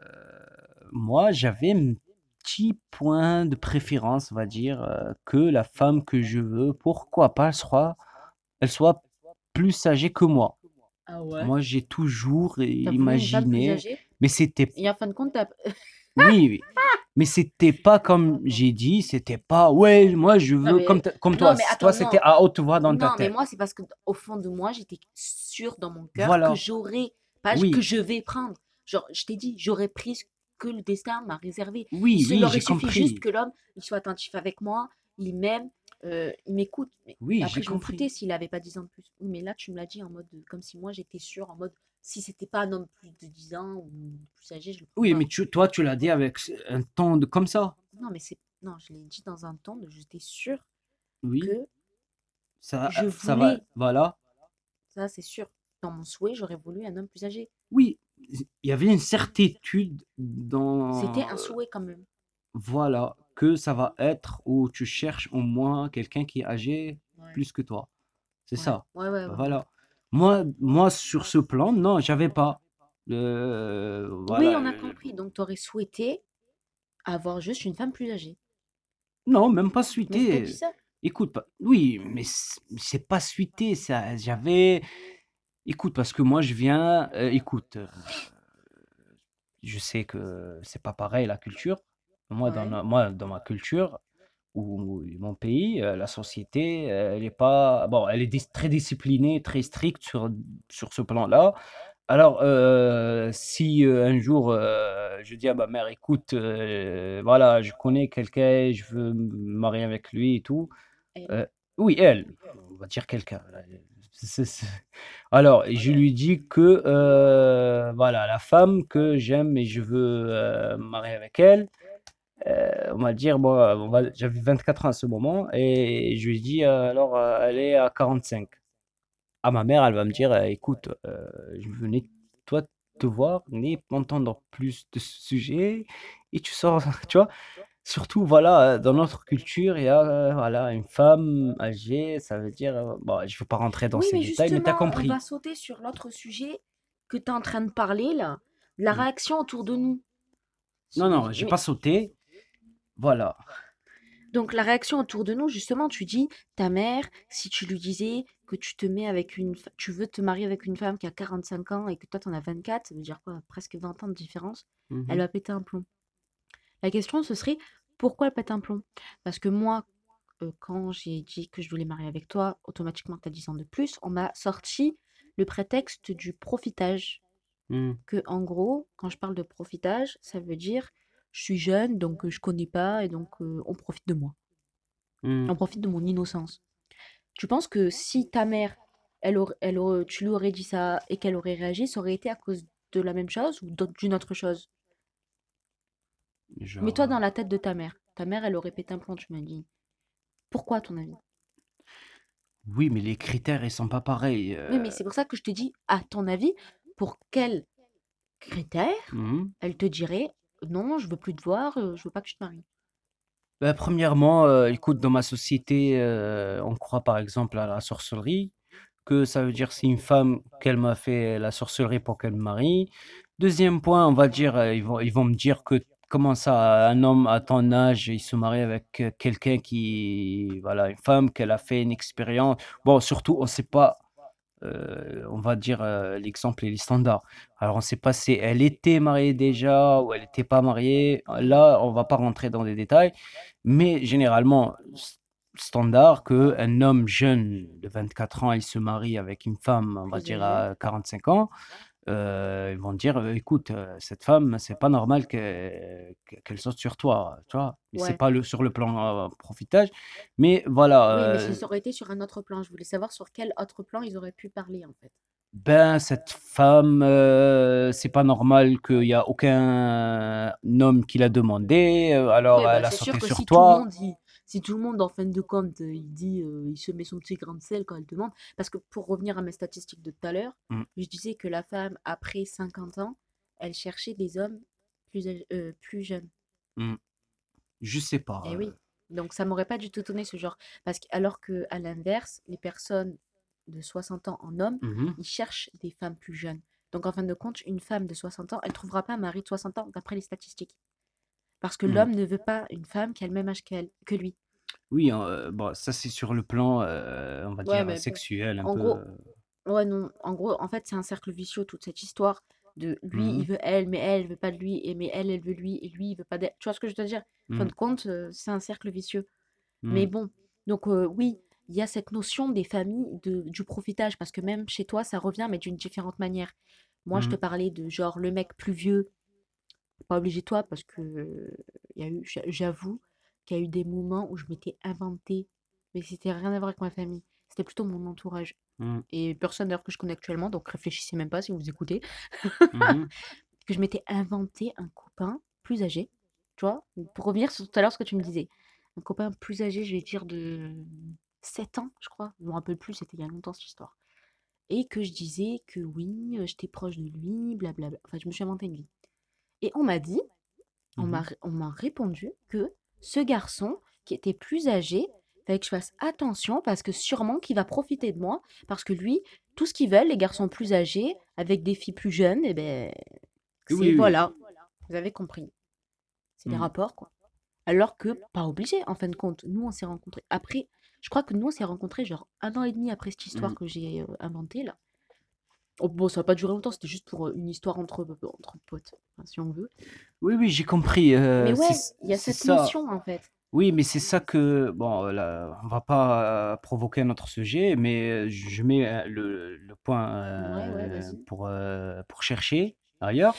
moi, j'avais un petit point de préférence, on va dire, euh, que la femme que je veux, pourquoi pas, elle soit, elle soit plus âgée que moi. Ah ouais? Moi, j'ai toujours T'as voulu une femme plus imaginé, âgée? mais c'était, Et en fin de compte, t'as... oui, oui, mais c'était pas comme j'ai dit, c'était pas, ouais, moi, je Non, veux comme, mais... t- comme Non, toi. mais Toi, attends, c'était non. à haute voix dans ta Non, mais tête. moi, c'est parce que au fond de moi, j'étais sûre dans mon cœur que Voilà, j'aurais, pas que oui, je vais prendre. Genre, je t'ai dit, j'aurais pris ce que le destin m'a réservé. Il, oui, se- il oui, aurait j'ai suffi juste compris. que l'homme, il soit attentif avec moi, il m'aime, euh, il m'écoute. Mais Oui, après, j'ai je m'en compris. foutais s'il avait pas dix ans de plus. Oui, mais là, tu me l'as dit en mode, euh, comme si moi, j'étais sûre, en mode, si c'était pas un homme plus de dix ans ou plus âgé, je le prends Oui, mais pas. tu, toi, tu l'as dit avec un ton de comme ça. Non, mais c'est... Non, je l'ai dit dans un temps de j'étais sûre Oui, que ça, je ça va, voulais, voilà. ça c'est sûr, dans mon souhait, j'aurais voulu un homme plus âgé. Oui, il y avait une certitude C'était dans, un euh, souhait quand même. voilà, que ça va être où tu cherches au moins quelqu'un qui est âgé Ouais, plus que toi. C'est ouais, ça. ouais, ouais, ouais, ouais. Voilà. Moi, moi, sur ce plan, non, j'avais pas. Le, Oui, voilà. on a le- compris. Donc, tu aurais souhaité avoir juste une femme plus âgée. non, même pas Mais t'as dit suité. ça. Écoute, pas- oui, mais c- c'est pas suité, ça. J'avais. Écoute, parce que moi, je viens. euh, écoute, euh, je sais que c'est pas pareil la culture. Moi, dans, Ouais. la- moi, dans ma culture ou mon pays, euh, la société, euh, elle est pas. Bon, elle est dis- très disciplinée, très stricte sur, sur ce plan-là. Alors, euh, si euh, un jour euh, je dis à ma mère, écoute, euh, voilà, je connais quelqu'un, je veux me marier avec lui et tout. Elle. euh, oui, elle, on va dire quelqu'un. Voilà. C'est- c'est- Alors, je lui dis que euh, voilà, la femme que j'aime et je veux euh, me marier avec elle. Euh, on va dire, bon, euh, on va, j'avais vingt-quatre ans à ce moment et je lui dis, euh, alors, euh, elle est à quarante-cinq. Ah, ma mère, elle va me dire, euh, écoute, euh, je venais, toi, te voir, ni entendre plus de ce sujet et tu sors, tu vois. Surtout, voilà, euh, dans notre culture, il y a euh, voilà, une femme âgée, ça veut dire, euh, bon, je ne veux pas rentrer dans Oui, ces mais détails, mais tu as justement, on compris. va sauter sur l'autre sujet que tu es en train de parler là, la Mm. réaction autour de nous. Non, non, j'ai Mais pas sauté. Voilà. donc la réaction autour de nous, justement, tu dis, ta mère, si tu lui disais que tu te mets avec une, fa- tu veux te marier avec une femme qui a quarante-cinq ans et que toi t'en as vingt-quatre, ça veut dire quoi? Presque vingt ans de différence, elle Mhm. va péter un plomb. La question ce serait, pourquoi elle pète un plomb? Parce que moi, euh, quand j'ai dit que je voulais marier avec toi, automatiquement tu as dix ans de plus, on m'a sorti le prétexte du profitage. Mm. Que en gros, quand je parle de profitage, ça veut dire je suis jeune, donc euh, je connais pas et donc euh, on profite de moi. Mm. On profite de mon innocence. Tu penses que si ta mère, elle aurait, elle aurait- tu lui aurais dit ça et qu'elle aurait réagi, ça aurait été à cause de la même chose ou d'autre- d'une autre chose? Genre, Mets-toi euh, dans la tête de ta mère. Ta mère, elle aurait pété un plomb, tu m'as dit. Pourquoi, à ton avis? oui, mais les critères, ils sont pas pareils. Oui, mais euh. c'est pour ça que je te dis, à ton avis, pour quels critères Mhm. elle te dirait non, je veux plus te voir, euh, je veux pas que tu te maries. Bah, premièrement, euh, écoute, dans ma société, euh, on croit par exemple à la sorcellerie, que ça veut dire c'est une femme qu'elle m'a fait la sorcellerie pour qu'elle me marie. Deuxième point, on va dire, euh, ils vont, ils vont me dire que comment ça, un homme à ton âge, il se marie avec euh, quelqu'un qui, voilà, une femme qu'elle a fait une expérience. Bon, surtout, on sait pas euh, on va dire euh, l'exemple et les standards. Alors, on ne sait pas si elle était mariée déjà ou elle n'était pas mariée. Ouais. Là, on va pas rentrer dans des détails, mais généralement, s- standard que un homme jeune de vingt-quatre ans, il se marie avec une femme, on va Plus dire âgé. à quarante-cinq ans. Euh, ils vont dire, euh, écoute, euh, cette femme, c'est pas normal que- que- qu'elle saute sur toi, tu vois. Mais c'est Ouais. pas le, sur le plan euh, profitage, mais voilà. Oui, mais euh, ça aurait été sur un autre plan. Je voulais savoir sur quel autre plan ils auraient pu parler, en fait. Ben, cette femme, euh, c'est pas normal qu'il y a aucun homme qui l'a demandé, euh, alors Ouais, bah elle a c'est sûr sauté que sur si tout le toi. monde dit, si tout le monde en fin de compte, euh, il dit, euh, il se met son petit grain de sel quand elle demande, parce que pour revenir à mes statistiques de tout à l'heure, Mm, je disais que la femme après cinquante ans, elle cherchait des hommes plus âgés- euh, plus jeunes. mm. Je sais Eh pas. oui. Donc ça m'aurait pas du tout étonné ce genre, parce que alors que à l'inverse, les personnes de soixante ans en homme, euh, mhm, ils cherchent des femmes plus jeunes. Donc en fin de compte, une femme de soixante ans, elle trouvera pas un mari de soixante ans d'après les statistiques. Parce que mm. l'homme ne veut pas une femme qui a le même âge qu'elle, que lui. Oui, euh, bon, ça c'est sur le plan, euh, on va Ouais, dire, mais bon. sexuel, un En peu. euh, gros, ouais, non. En gros, en fait, c'est un cercle vicieux, toute cette histoire de lui, il mhm, veut elle, mais elle, elle veut pas de lui, et mais elle, elle veut lui, et lui, il veut pas d'elle. Tu vois ce que je veux dire? En fin mm, de compte, euh, c'est un cercle vicieux. Mais mm, bon, donc euh, oui, il y a cette notion des familles, de, du profitage, parce que même chez toi, ça revient, mais d'une différente manière. Moi, je te mm, parlais de genre le mec plus vieux, pas obligé de toi, parce que euh, il y a eu, j'a- j'avoue qu'il y a eu des moments où je m'étais inventée, mais c'était rien à voir avec ma famille. C'était plutôt mon entourage. mm, Et personne d'ailleurs que je connais actuellement, donc réfléchissez même pas si vous écoutez, mhm, que je m'étais inventé un copain plus âgé, tu vois, pour revenir sur tout à l'heure ce que tu me disais. Un copain plus âgé, je vais dire de sept ans, je crois, je me rappelle plus, c'était il y a longtemps cette histoire. Et que je disais que oui, euh, j'étais proche de lui, blablabla. Enfin, je me suis inventé une vie. Et on m'a dit, on m'a mhm. ré- on m'a répondu que ce garçon qui était plus âgé, fallait que je fasse attention parce que sûrement qu'il va profiter de moi parce que lui, tout ce qu'ils veulent, les garçons plus âgés avec des filles plus jeunes, et ben c'est Oui, oui. voilà, vous avez compris, c'est des Mm, rapports quoi. Alors que pas obligé en fin de compte. Nous on s'est rencontrés après, je crois que nous on s'est rencontrés genre un an et demi après cette histoire mm. que j'ai euh, inventée là. Oh, bon, ça n'a pas duré longtemps, c'était juste pour euh, une histoire entre, entre potes, enfin, si on veut. Oui, oui, j'ai compris. Mais euh, c'est ouais, il y a c'est cette ça. notion en fait. Oui, mais c'est ça que, bon, là, on va pas euh, provoquer un autre sujet, mais euh, je mets euh, le, le point Ouais, ouais, euh, vas-y. pour, euh, pour chercher ailleurs.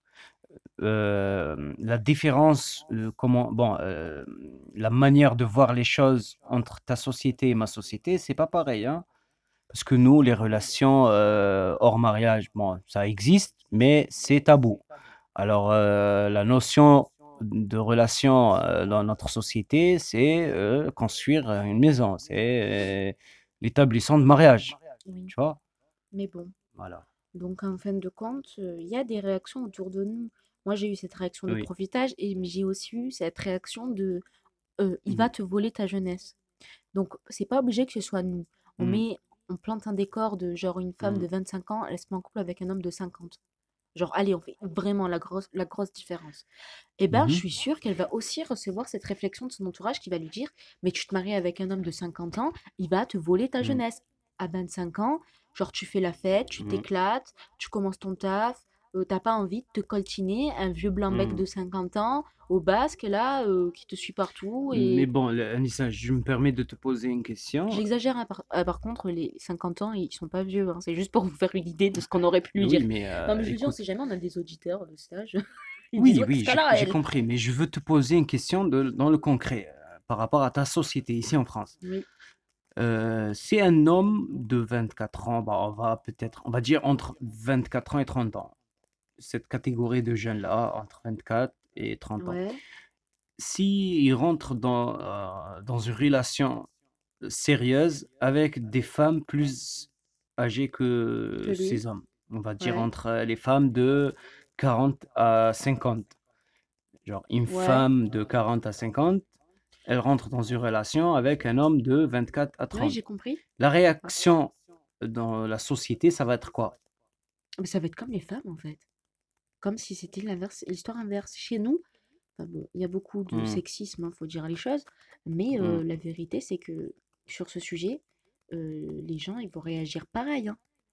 Euh, la différence, euh, comment, bon, euh, la manière de voir les choses entre ta société et ma société, c'est pas pareil, hein. Parce que nous, les relations euh, hors mariage, bon, ça existe, mais c'est tabou. Alors, euh, la notion de relation euh, dans notre société, c'est euh, construire une maison, c'est euh, l'établissement de mariage, Oui, tu vois? mais bon. Voilà. Donc en fin de compte, euh, il y a des réactions autour de nous. Moi, j'ai eu cette réaction de Oui. profitage et mais j'ai aussi eu cette réaction de euh, il va Mhm. te voler ta jeunesse. Donc c'est pas obligé que ce soit nous. On Mhm. met, on plante un décor de genre une femme de Mhm. vingt-cinq ans, elle se met en couple avec un homme de cinquante. Genre, allez, on fait vraiment la grosse, la grosse différence. Eh ben, je Mhm. suis sûre qu'elle va aussi recevoir cette réflexion de son entourage qui va lui dire, mais tu te maries avec un homme de cinquante ans, il va te voler ta Mhm. jeunesse. À vingt-cinq ans, genre tu fais la fête, tu Mhm. t'éclates, tu commences ton taf, euh, t'as pas envie de te coltiner un vieux blanc-bec Mhm. de cinquante ans au basque là, euh, qui te suit partout Mais et bon, le- Anissa, je me permets de te poser une question. j'exagère, hein, par, euh, par contre, les cinquante ans, ils sont pas vieux, hein, c'est juste pour vous faire une idée de ce qu'on aurait pu lui dire. Oui, mais Non, euh, mais je veux dire, on sait écoute, jamais, on a des auditeurs de stage. Ils disent, oui, ouais, qu'est-ce oui, qu'elle j'ai a, j'ai elle? compris, mais je veux te poser une question de- dans le concret euh, par rapport à ta société ici en France. Oui, Euh, c'est un homme de vingt-quatre ans, bah, on va peut-être, on va dire entre vingt-quatre ans et trente ans. Cette catégorie de jeunes-là, entre vingt-quatre et trente ans. ouais, S'il rentre dans, euh, dans une relation sérieuse avec des femmes plus âgées que que lui, ces hommes, on va dire ouais, entre les femmes de quarante à cinquante. Genre, une ouais, femme de quarante à cinquante, elle rentre dans une relation avec un homme de vingt-quatre à ouais, trente. j'ai compris. La réaction dans la société, ça va être quoi? Mais ça va être comme les femmes, en fait. Comme si c'était l'inverse, l'histoire inverse. Chez nous, enfin bon, il y a beaucoup de Hmm, sexisme, il faut dire les choses, mais hmm, euh, la vérité, c'est que sur ce sujet, euh, les gens, ils vont réagir pareil, hein.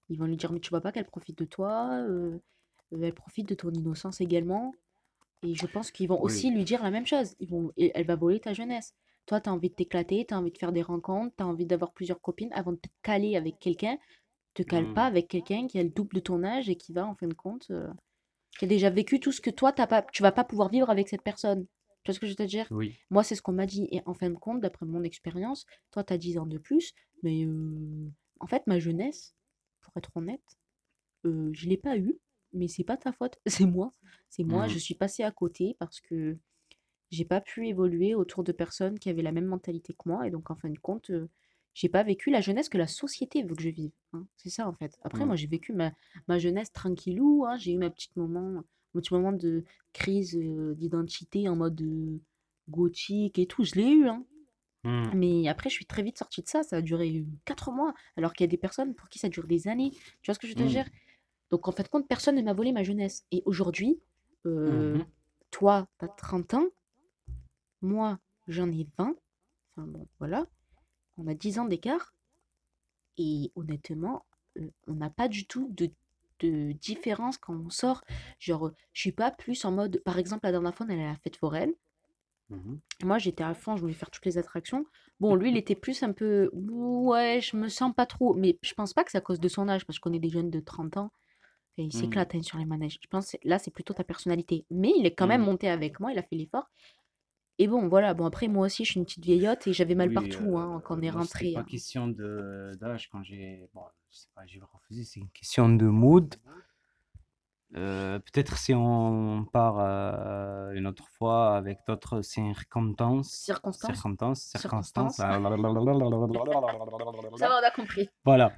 Ils vont lui dire: «Mais tu vois pas qu'elle profite de toi, heu, heu, elle profite de ton innocence également». Et je pense qu'ils vont Oui. aussi lui dire la même chose. Ils vont et elle va voler ta jeunesse. Toi, tu as envie de t'éclater, tu as envie de faire des rencontres, tu as envie d'avoir plusieurs copines avant de te caler avec quelqu'un. Te cale pas Mm. avec quelqu'un qui a le double de ton âge et qui va, en fin de compte, heu, qui a déjà vécu tout ce que toi, tu pas tu vas pas pouvoir vivre avec cette personne. Tu vois ce que je veux te dire? Oui. Moi, c'est ce qu'on m'a dit et en fin de compte, d'après mon expérience, toi, tu as dix ans de plus, mais heu, en fait, ma jeunesse, pour être honnête, heu, je l'ai pas eue, mais c'est pas ta faute, c'est moi. C'est moi, je Mm. suis passée à côté parce que j'ai pas pu évoluer autour de personnes qui avaient la même mentalité que moi et donc en fin de compte, heu, j'ai pas vécu la jeunesse que la société veut que je vive, hein. C'est ça, en fait. Après Mm. moi, j'ai vécu ma ma jeunesse tranquillou, hein. J'ai eu ma petite moment mon petit moment de crise, heu, d'identité en mode, heu, gothique et tout, je l'ai eu, hein. Mm. Mais après, je suis très vite sortie de ça, ça a duré, heu, quatre mois, alors qu'il y a des personnes pour qui ça dure des années. Tu vois ce que je veux te Mm. dire? Donc en fin de compte, personne ne m'a volé ma jeunesse et aujourd'hui, heu, Mhm. toi, tu as trente ans, moi, j'en ai vingt. Enfin bon, voilà. On a dix ans d'écart. Et honnêtement, euh, on n'a pas du tout de, de différence quand on sort. Genre, euh, je suis pas plus en mode. Par exemple, la dernière fois, on allait à la fête foraine. Mhm. Moi, j'étais à fond, je voulais faire toutes les attractions. Bon, lui, il était plus un peu. Ouais, je me sens pas trop. Mais je pense pas que c'est à cause de son âge, parce que je connais des jeunes de trente ans. Et il Mm. s'éclate hein, sur les manèges. Je pense que là, c'est plutôt ta personnalité. Mais il est quand même Mm. monté avec moi, il a fait l'effort. Et bon, voilà, bon après moi aussi je suis une petite vieillotte et j'avais mal Oui, partout euh, hein, quand on est moi, c'était rentré, pas hein. question de d'âge quand j'ai. Bon, je sais pas, j'ai refusé, c'est une question de mood. Euh, peut-être si on part euh, une autre fois avec d'autres circonstances, Circonstances, circonstances, circonstances. circonstances. Ça va, on a compris. Voilà.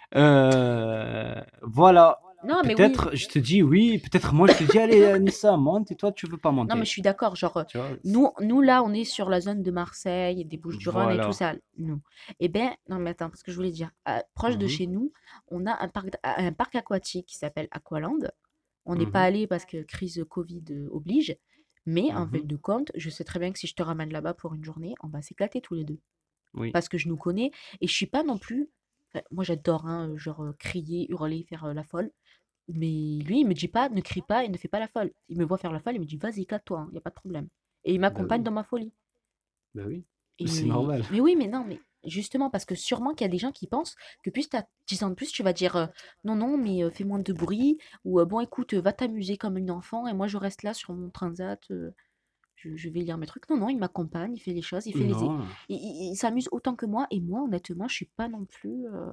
Euh, voilà. Non mais oui, Peut-être je te dis oui, peut-être moi je te dis allez Anissa, monte et toi tu veux pas non mais monter. je suis d'accord, genre euh, Tu vois? c'est- nous, nous là on est sur la zone de Marseille, des Bouches-du-Rhône et tout Voilà. ça, nous. Eh ben, non mais attends, parce que je voulais dire, à- proche de Mhm, chez nous, on a un parc, d- un parc aquatique qui s'appelle Aqualand. On n'est pas mhm, allé parce que crise Covid euh, oblige, mais en fait mhm. de compte, je sais très bien que si je te ramène là-bas pour une journée, on va s'éclater tous les deux. Oui. Parce que je nous connais et je suis pas non plus enfin, moi j'adore, hein, heu, genre, heu, crier, hurler, faire, heu, la folle. Mais lui, il me dit pas: «Ne crie pas et ne fais pas la folle». Il me voit faire la folle, il me dit: «Vas-y, éclate-toi, il y a pas de problème» et il Bah m'accompagne oui. dans ma folie Bah oui. C'est et normal. mais oui, mais non, mais justement parce que sûrement qu'il y a des gens qui pensent que puisque tu as dix ans de plus, tu vas dire, heu: «Non, non, mais heu, fais moins de bruit» ou heu: «Bon écoute, heu, va t'amuser comme une enfant et moi je reste là sur mon transat, heu, je je vais lire mes trucs». Non, non, il m'accompagne, il fait les choses, il fait les é Non. il il il s'amuse autant que moi et moi honnêtement, je suis pas non plus, heu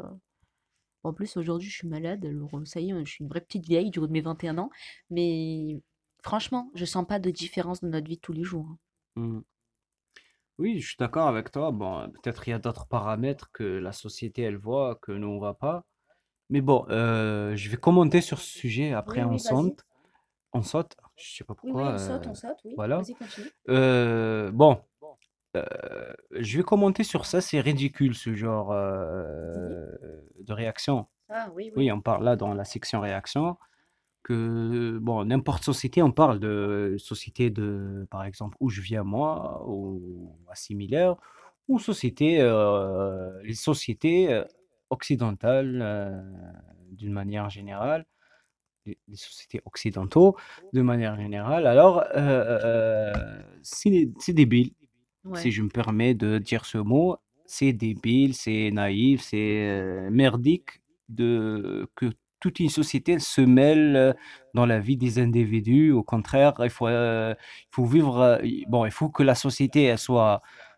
en plus, aujourd'hui, je suis malade, alors euh, ça y est, je suis une vraie petite vieille du haut de mes vingt et un ans. Mais franchement, je sens pas de différence dans notre vie de tous les jours, hein. Mm. Oui, je suis d'accord avec toi. Bon, peut-être il y a d'autres paramètres que la société elle voit que nous on voit pas. Mais bon, euh, je vais commenter sur ce sujet. Après Oui, on oui, vas-y. saute, on saute. Je sais pas Oui, oui, pourquoi. on saute, euh, on saute, oui. voilà. Vas-y, continue. Euh, bon. Euh, je vais commenter sur ça, c'est ridicule ce genre Mhm. euh, de réaction. Ah, oui, oui. Oui, on parle là dans la section réaction que, bon, n'importe société, on parle de société de, par exemple, où je viens moi, ou similaire, ou société, euh, les sociétés euh, occidentales euh, d'une manière générale, les, les sociétés occidentaux de manière générale. Alors, euh, euh, c'est c'est débile si Ouais. je me permets de dire ce mot, c'est débile, c'est naïf, c'est euh, merdique de que toute une société elle se mêle euh, dans la vie des individus. Au contraire, il faut, euh, il faut vivre. euh, bon, il faut que la société elle soit,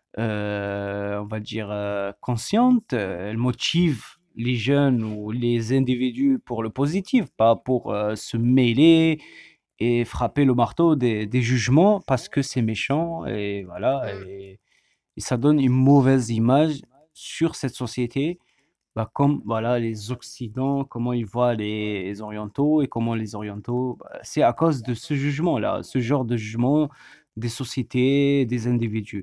euh, on va dire, euh, consciente. euh, Elle motive les jeunes ou les individus pour le positif, pas pour euh, se mêler et frapper le marteau des, des jugements parce que c'est méchant et voilà Mm. et, et ça donne une mauvaise image sur cette société bah, comme voilà les Occidents comment ils voient les, les Orientaux et comment les Orientaux bah, c'est à cause de ce jugement là ce genre de jugement des sociétés des individus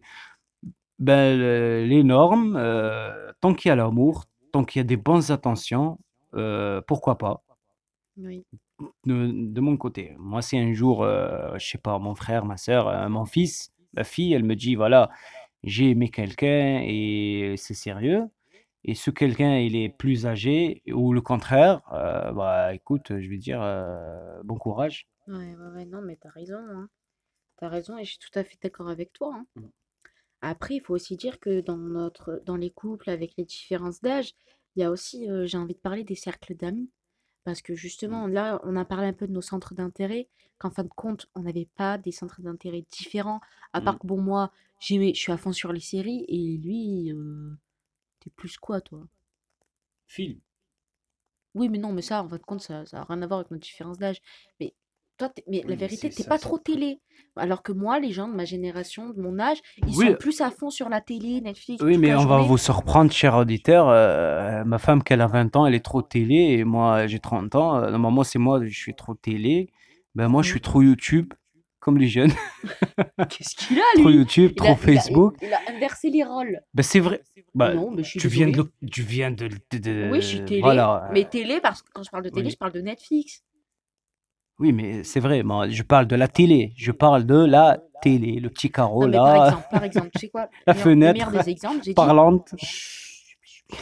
ben, le- les normes euh, tant qu'il y a l'amour tant qu'il y a des bonnes intentions euh, pourquoi pas Oui. de, de mon côté. Moi, si un jour, euh, je sais pas, mon frère, ma soeur, euh, mon fils, ma fille, elle me dit, voilà, j'ai aimé quelqu'un et c'est sérieux, Et ce quelqu'un, il est plus âgé, ou le contraire, euh, bah écoute, je vais dire euh, bon courage. Ouais, ouais, ouais, non, mais t'as raison, hein. T'as raison et je suis tout à fait d'accord avec toi, hein. Mm. Après, il faut aussi dire que dans notre, dans les couples avec les différences d'âge, il y a aussi, euh, j'ai envie de parler des cercles d'amis. Parce que Mm. justement, là, on a parlé un peu de nos centres d'intérêt, qu'en fin de compte, on n'avait pas des centres d'intérêt différents. À Mm. part que, bon, moi, j'ai, je suis à fond sur les séries et lui, euh, t'es plus quoi, toi? Film. Oui, mais non, mais ça, en fin de compte, ça n'a rien à voir avec notre différence d'âge. Mais toi, t'es- mais la Oui, mais vérité, c'est t'es ça, pas c'est trop le truc. télé. Alors que moi, les gens de ma génération, de mon âge, ils sont Oui, plus à fond sur la télé, Netflix, oui, toute mais la on va journée. vous surprendre, cher auditeur. Euh, ma femme, qu'elle a vingt ans, elle est trop télé, et moi, j'ai trente ans. Euh, normalement, c'est moi, je suis trop télé. Ben moi, je Mhm. suis trop YouTube, comme les jeunes. Qu'est-ce qu'il a, Trop lui? YouTube, Il trop a, il a, il Facebook. il a inversé les rôles. Ben c'est vrai. Ben, Non, mais je suis tu viens de, désolée. le- tu viens de, de- Oui, je suis de- télé, voilà. mais euh, télé, parce que quand je parle de télé, je oui. parle de Netflix. Oui, mais c'est vrai. Moi, je parle de la télé. Je parle de la télé. Le petit carreau Non, mais par là, exemple, par exemple, tu sais quoi? la Le meilleur, le meilleur fenêtre des exemples, j'ai dit. parlante. Chut,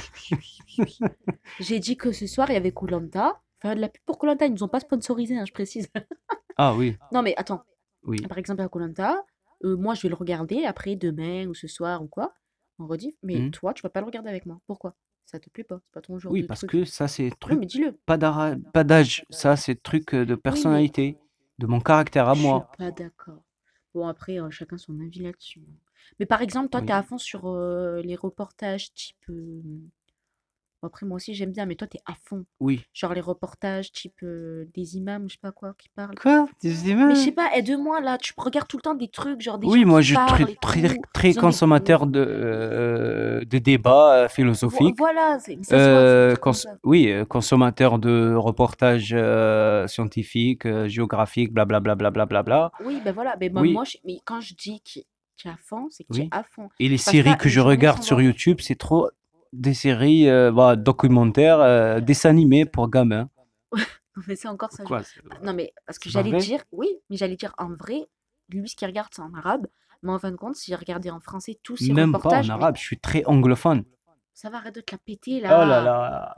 j'ai dit que ce soir, il y avait koh. Faire de la pub pour koh, ils nous ont pas sponsorisé, hein, je précise. Ah oui, Non, mais attends, oui. par exemple, à koh, moi, je vais le regarder après, demain ou ce soir ou quoi, en rediff, mais Hmm. toi, tu vas pas le regarder avec moi. Pourquoi? Ça te plaît pas? C'est pas ton genre Oui, de parce truc. que ça, c'est Non, truc mais dis-le. pas d'ara- pas d'âge. Ça, c'est truc euh, de Oui, mais personnalité, de mon caractère à je suis moi. pas d'accord. Bon, après, euh, chacun son avis là-dessus, hein. Mais par exemple, toi, t'es Oui. à fond sur euh, les reportages type. euh, bon, après, moi aussi, j'aime bien, mais toi, t'es à fond. Oui. Genre les reportages type euh, des imams, je sais pas quoi, qui parlent. Quoi? Des Mais je humains? sais pas, aide-moi là, tu regardes tout le temps des trucs, genre des Oui, gens moi, qui je suis très, parlent et très, tout. très Ils ont des. consommateur de, euh, de débats euh, Vo- philosophiques. Voilà, c'est- ça se voit, c'est des Euh, trucs comme cons- ça. oui, euh, consommateur de reportages euh, scientifiques, euh, géographiques, blablabla, blablabla. Bla, bla, bla, bla. Oui, ben voilà, ben moi, Oui, moi, je- mais quand je dis que tu es à fond, c'est que tu es oui. à fond. Et les Je passe séries pas que une je journée regarde sans sur voir. YouTube, c'est trop des séries euh, bah, documentaires, euh, dessins animés pour gamins. Mais ça encore, ça, je- Quoi? C'est bah, non, mais parce que c'est pas j'allais vrai? dire, oui, mais j'allais dire en vrai, lui, ce qu'il regarde, c'est en arabe. Mais en fin de compte, si j'ai regardé en français tous ces Même pas en reportages, mais arabe, je suis très anglophone. ça va, arrête de te la péter Oh là là. là.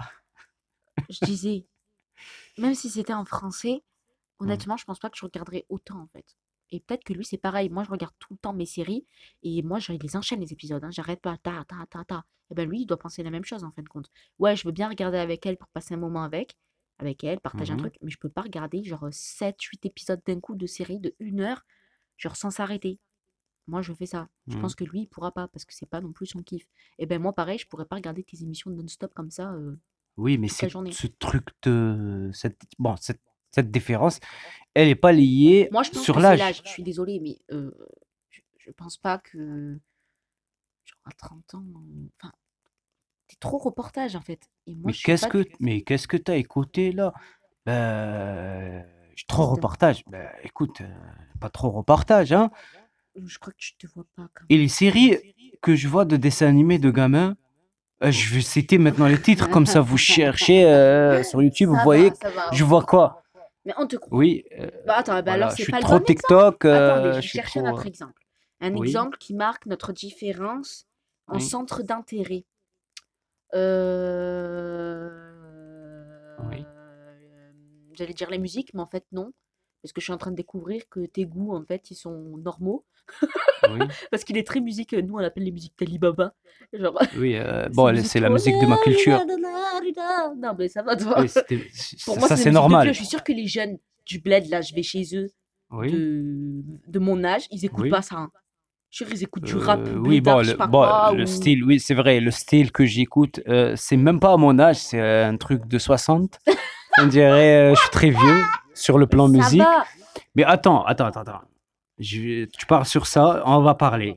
Je disais, même si c'était en français, Oui. honnêtement, je pense pas que je regarderais autant en fait. Et peut-être que lui, c'est pareil. Moi, je regarde tout le temps mes séries et moi, je les enchaîne les épisodes, hein. J'arrête pas, ta, ta, ta, ta. Et ben lui, il doit penser la même chose en fin de compte. Ouais, je veux bien regarder avec elle pour passer un moment avec, avec elle, partager un Mhm. truc, mais je peux pas regarder genre sept huit épisodes d'un coup de série de une heure, genre sans s'arrêter. Moi, je fais ça. Je Mhm. pense que lui, il pourra pas parce que c'est pas non plus son kiff. Et ben moi, pareil, je pourrais pas regarder tes émissions non-stop comme ça euh, Oui, mais toute la c'est journée. ce truc de cette bon cette cette différence, elle est pas liée Moi, je pense que sur c'est l'âge. l'âge. Je suis désolée, mais euh, je, je pense pas que genre à trente ans, euh, enfin, t'es trop reportage en fait. Et moi, Mais je suis qu'est-ce pas que du mais qu'est-ce que t'as écouté là? Ben, trop fils d'un. reportage. Ben, écoute, euh, pas trop reportage, hein. Je crois que tu te vois pas quand Et les même. séries que je vois de dessins animés de gamins, euh, je vais citer maintenant les titres comme ça. Vous cherchez euh, sur YouTube, vous Ça voyez, va, ça va, je on te vois croit. quoi? Mais on te croit. Oui, euh, Bah attends, bah alors voilà, je c'est suis pas le trop bon exemple. TikTok, Attendez, euh, je je vais suis chercher un trop. autre euh, exemple. Un oui, exemple qui marque notre différence en oui, centre d'intérêt. Euh... oui, J'allais dire les musiques, mais en fait non. Parce que je suis en train de découvrir que tes goûts, en fait, ils sont normaux. oui. Parce qu'il est très musique, nous on appelle les musiques d'Alibaba. Genre, Oui, euh, ces bon, musiques c'est la trop. musique de ma culture. Non, mais ça va, toi. Oui, c'était, Pour c'est- moi, ça c'est des c'est musiques de vieux. normal. Je suis sûre que les jeunes du bled, là, je vais chez eux, Oui, de, de mon âge, ils écoutent oui. pas ça, hein. Je suis sûre qu'ils écoutent du rap Euh, oui, bon, blédard, je sais le, pas bon, quoi, le ou. style, oui, c'est vrai, le style que j'écoute, euh, c'est même pas à mon âge, c'est euh, un truc de soixante. On dirait, euh, je suis très vieux sur le Mais plan ça musique. va. Mais attends, attends, attends, attends. Je- tu parles sur ça, on va parler.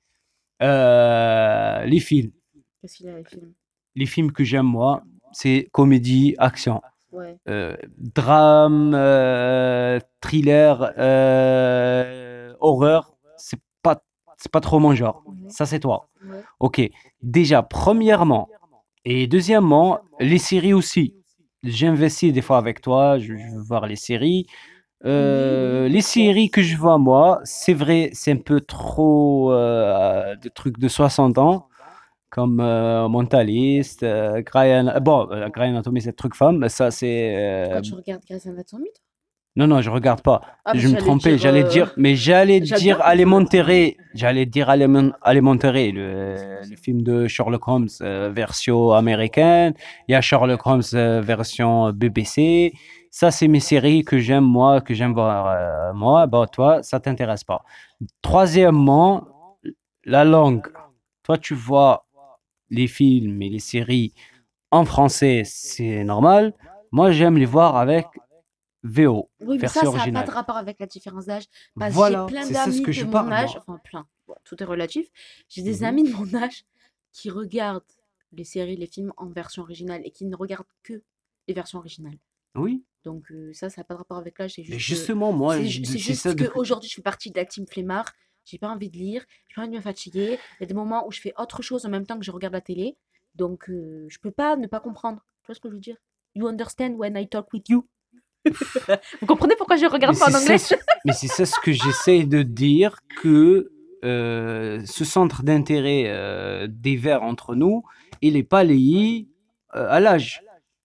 Euh, les films. Qu'est-ce qu'il a, les films? Les films que j'aime, moi, c'est comédie, action. Ouais. Euh, drame, euh, thriller, euh, horreur, c'est pas, c'est pas trop mon genre. Mhm. Ça, c'est toi. Ouais. Ok. Déjà, premièrement, et deuxièmement, les séries aussi. J'investis des fois avec toi, je, je veux voir les séries. Oui, oui, Euh, les pourquoi? séries que je vois, moi, c'est vrai, c'est un peu trop euh, de trucs de soixante ans comme euh, Mentalist, euh, Grey Ana- bon, euh, Grey Anatomy, c'est truc femme, mais ça c'est. Pourquoi euh, tu regardes Grey's Anatomy, toi? Non, non, je regarde pas. Ah, parce Je que me j'allais trompais, dire. j'allais euh, dire, mais j'allais dire J'adore Grey's Anatomy. Elementary, j'allais dire Elemen- Elementary, le, le film de Sherlock Holmes euh, version américaine. Il y a Sherlock Holmes euh, version B B C. Ça, c'est mes séries que j'aime moi, que j'aime voir euh, moi. Bah, toi, ça t'intéresse pas. Troisièmement, la langue. Toi, tu vois les films et les séries en français, c'est normal. Moi, j'aime les voir avec V O, Oui, mais ça, version ça n'a pas de originale. rapport avec la différence d'âge. Parce que j'ai Voilà, plein c'est ça ce d'amis que de je mon parle, âge, moi. enfin plein, bon, tout est relatif. J'ai des Mhm. amis de mon âge qui regardent les séries, les films en version originale et qui ne regardent que les versions originales. Oui, Donc euh, ça, ça n'a pas de rapport avec l'âge, c'est mais juste que justement, moi, c'est je- ju- de- c'est c'est ça juste depuis. qu'aujourd'hui, je fais partie de la team flemmard. J'ai pas envie de lire, j'ai pas envie de me fatiguer. Il y a des moments où je fais autre chose en même temps que je regarde la télé. Donc euh, je peux pas ne pas comprendre. Tu vois ce que je veux dire? You understand when I talk with you? Vous comprenez pourquoi je Mais regarde pas c'est en ça, anglais? ce- mais c'est ça ce que j'essaie de dire, que euh, ce centre d'intérêt euh, des Verts entre nous, il n'est pas lié euh, à l'âge.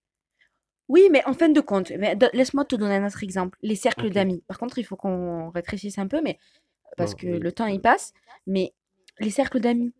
Oui, mais en fin de compte, mais de- laisse-moi te donner un autre exemple. Les cercles Ok. d'amis. Par contre, il faut qu'on rétrécisse un peu, mais parce Bon, que oui. le temps il passe. Mais les cercles d'amis.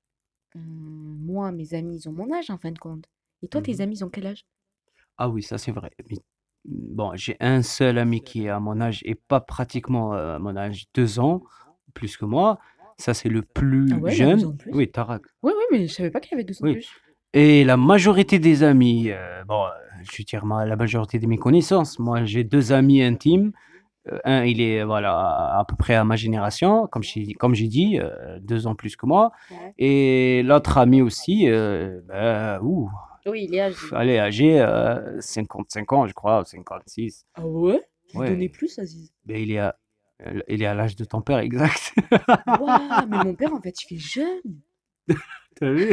Hum, moi, mes amis, ils ont mon âge en fin de compte. Et toi, tes Mhm. amis, ils ont quel âge? Ah oui, ça c'est vrai. Mais, bon, j'ai un seul ami qui est à mon âge et pas pratiquement euh, à mon âge, deux ans plus que moi. Ça c'est le Ah plus ouais, il a deux jeune. ans de plus. Oui, Tarak. Oui, oui, mais je savais pas qu'il y avait deux ans de Oui. plus. Et la majorité des amis, euh, bon, euh, je veux dire, ma- la majorité de mes connaissances, moi j'ai deux amis intimes. Euh, un, il est voilà, à, à peu près à ma génération, comme j'ai, comme j'ai dit, euh, deux ans plus que moi. Ouais. Et l'autre ami aussi, euh, ben, ouh, Oui, il est pff, âgé. elle est âgé, euh, cinquante-cinq ans, je crois, ou cinquante-six. Ah ouais? Lui donner Ouais, plus, Aziz. ben, il est à, il est à l'âge de ton père, exact. Waouh, mais mon père, en fait, il fait jeune. T'as vu?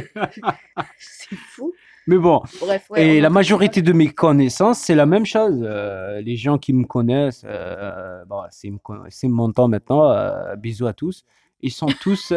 C'est fou. Mais bon, Bref, ouais, on et en la rigole. majorité de mes connaissances, c'est la même chose. Euh, les gens qui me connaissent, euh, bon, c'est me con- c'est mon temps maintenant, euh, bisous à tous. Ils sont tous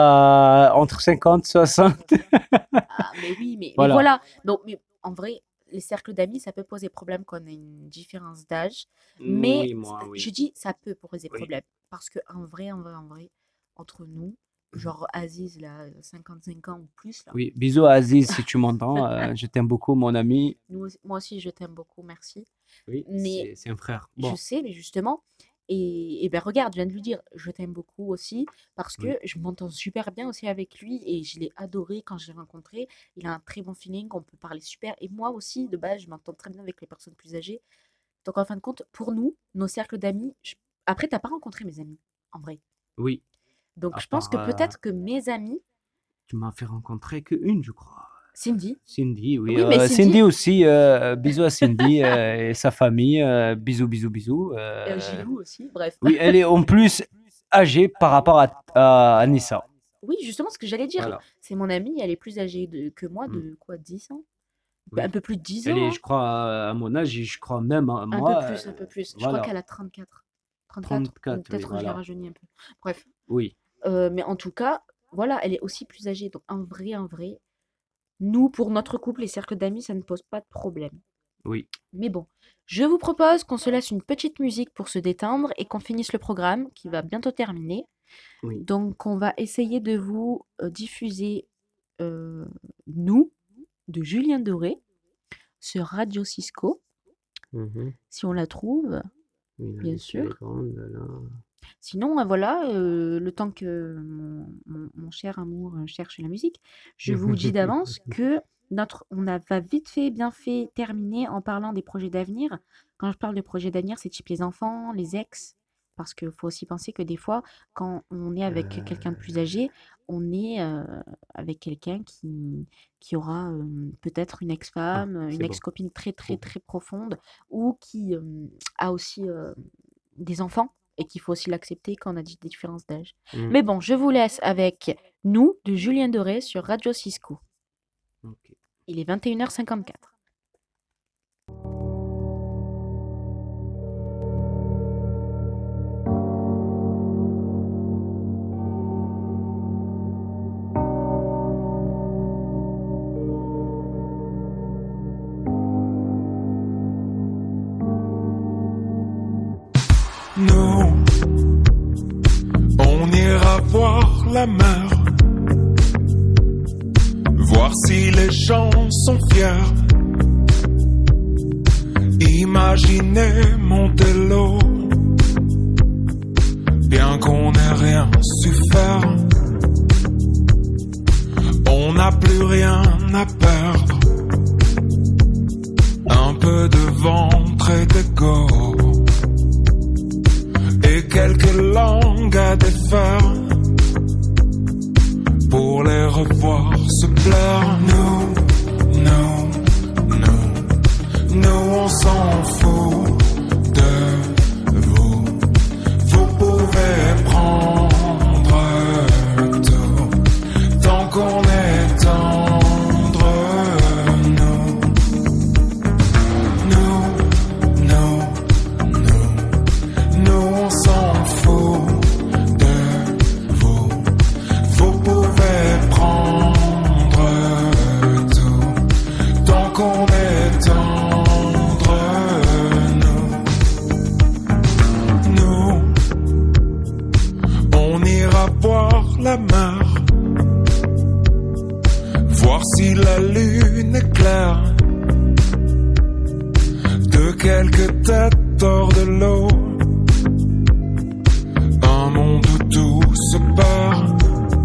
à, entre cinquante et soixante. Ah, mais oui, mais, mais Voilà. voilà. Donc, mais en vrai, les cercles d'amis, ça peut poser problème quand on a une différence d'âge. Mais Oui, moi, je oui. dis, ça peut poser Oui. problème. Parce que en vrai, en vrai, en vrai, entre nous, genre Aziz, là, cinquante-cinq ans ou plus, là. Oui, bisous à Aziz si tu m'entends. Euh, je t'aime beaucoup, mon ami. Nous, aussi- moi aussi, je t'aime beaucoup, merci. Oui, Mais c'est c'est un frère. je Bon, sais, mais justement, et, et ben regarde, je viens de lui dire, je t'aime beaucoup aussi, parce oui, que je m'entends super bien aussi avec lui et je l'ai adoré quand je l'ai rencontré. Il a un très bon feeling, on peut parler super. Et moi aussi, de base, je m'entends très bien avec les personnes plus âgées. Donc en fin de compte, pour nous, nos cercles d'amis, je- après, t'as pas rencontré mes amis, en vrai. oui. Donc À je pense part, que euh, peut-être que mes amis, tu m'as fait rencontrer qu'une, je crois. Cindy, Cindy, oui. oui, mais Euh, Cindy, Cindy aussi, euh, bisous à Cindy euh, et sa famille. Euh, bisous, bisous, bisous. euh, Euh, Gilou aussi, bref. oui, elle est en plus âgée par rapport à, à Anissa. Oui, justement, ce que j'allais dire, Voilà. c'est mon amie, elle est plus âgée de- que moi, Mm, de quoi, dix ans? Bah, un oui. peu plus de dix Elle ans, est, hein. je crois, à mon âge et je crois même à Un peu moi. plus, un euh, peu plus. Je crois voilà. qu'elle a trente-quatre. trente-quatre ou trente-quatre, oui, peut-être je l'ai voilà. rajeuni un peu. Bref. Oui, Heu, mais en tout cas, voilà, elle est aussi plus âgée. Donc en vrai, en vrai, nous, pour notre couple, les cercles d'amis, ça ne pose pas de problème. oui, Mais bon, je vous propose qu'on se laisse une petite musique pour se détendre et qu'on finisse le programme qui va bientôt terminer. oui. Donc on va essayer de vous, heu, diffuser, heu, «Nous» de Julien Doré sur Radio Cisco, Mhm. si on la trouve, Oui, la bien liste, elle est sûr. grande, là. Sinon, euh, voilà, euh, le temps que mon, mon- mon cher amour euh, cherche la musique, je vous dis d'avance que notre, on a va vite fait, bien fait terminer en parlant des projets d'avenir. Quand je parle de projets d'avenir, c'est type les enfants, les ex, parce qu'il faut aussi penser que des fois, quand on est avec quelqu'un de Euh, plus âgé, on est euh, avec quelqu'un qui, qui aura euh, peut-être une Ah, ex-femme, une c'est bon. ex-copine très très Bon. très profonde, ou qui euh, a aussi euh, des enfants et qu'il faut aussi l'accepter quand on a dit des différences d'âge. Mm, Mais bon, je vous laisse avec Nous de Julien Doré sur Radio Cisco. ok. Il est vingt et une heures cinquante-quatre. On ira voir la mer, voir si les gens sont fiers. Imaginez monter l'eau, bien qu'on n'ait rien su faire. On n'a plus rien à perdre, un peu de ventre et d'ego, et quelques langues à défaire, pour les revoir se plaire. Nous, nous, nous, nous on s'en fout de vous. Vous pouvez prendre tout, tant qu'on est tendre. Nous, nous, nous, nous, nous on s'en fout de vous. Vous pouvez prendre tout, tant qu'on est tendre. Nous, nous, on ira boire la mer, voir si la lune est claire. De quelques têtes hors de l'eau, un monde où tout se perd.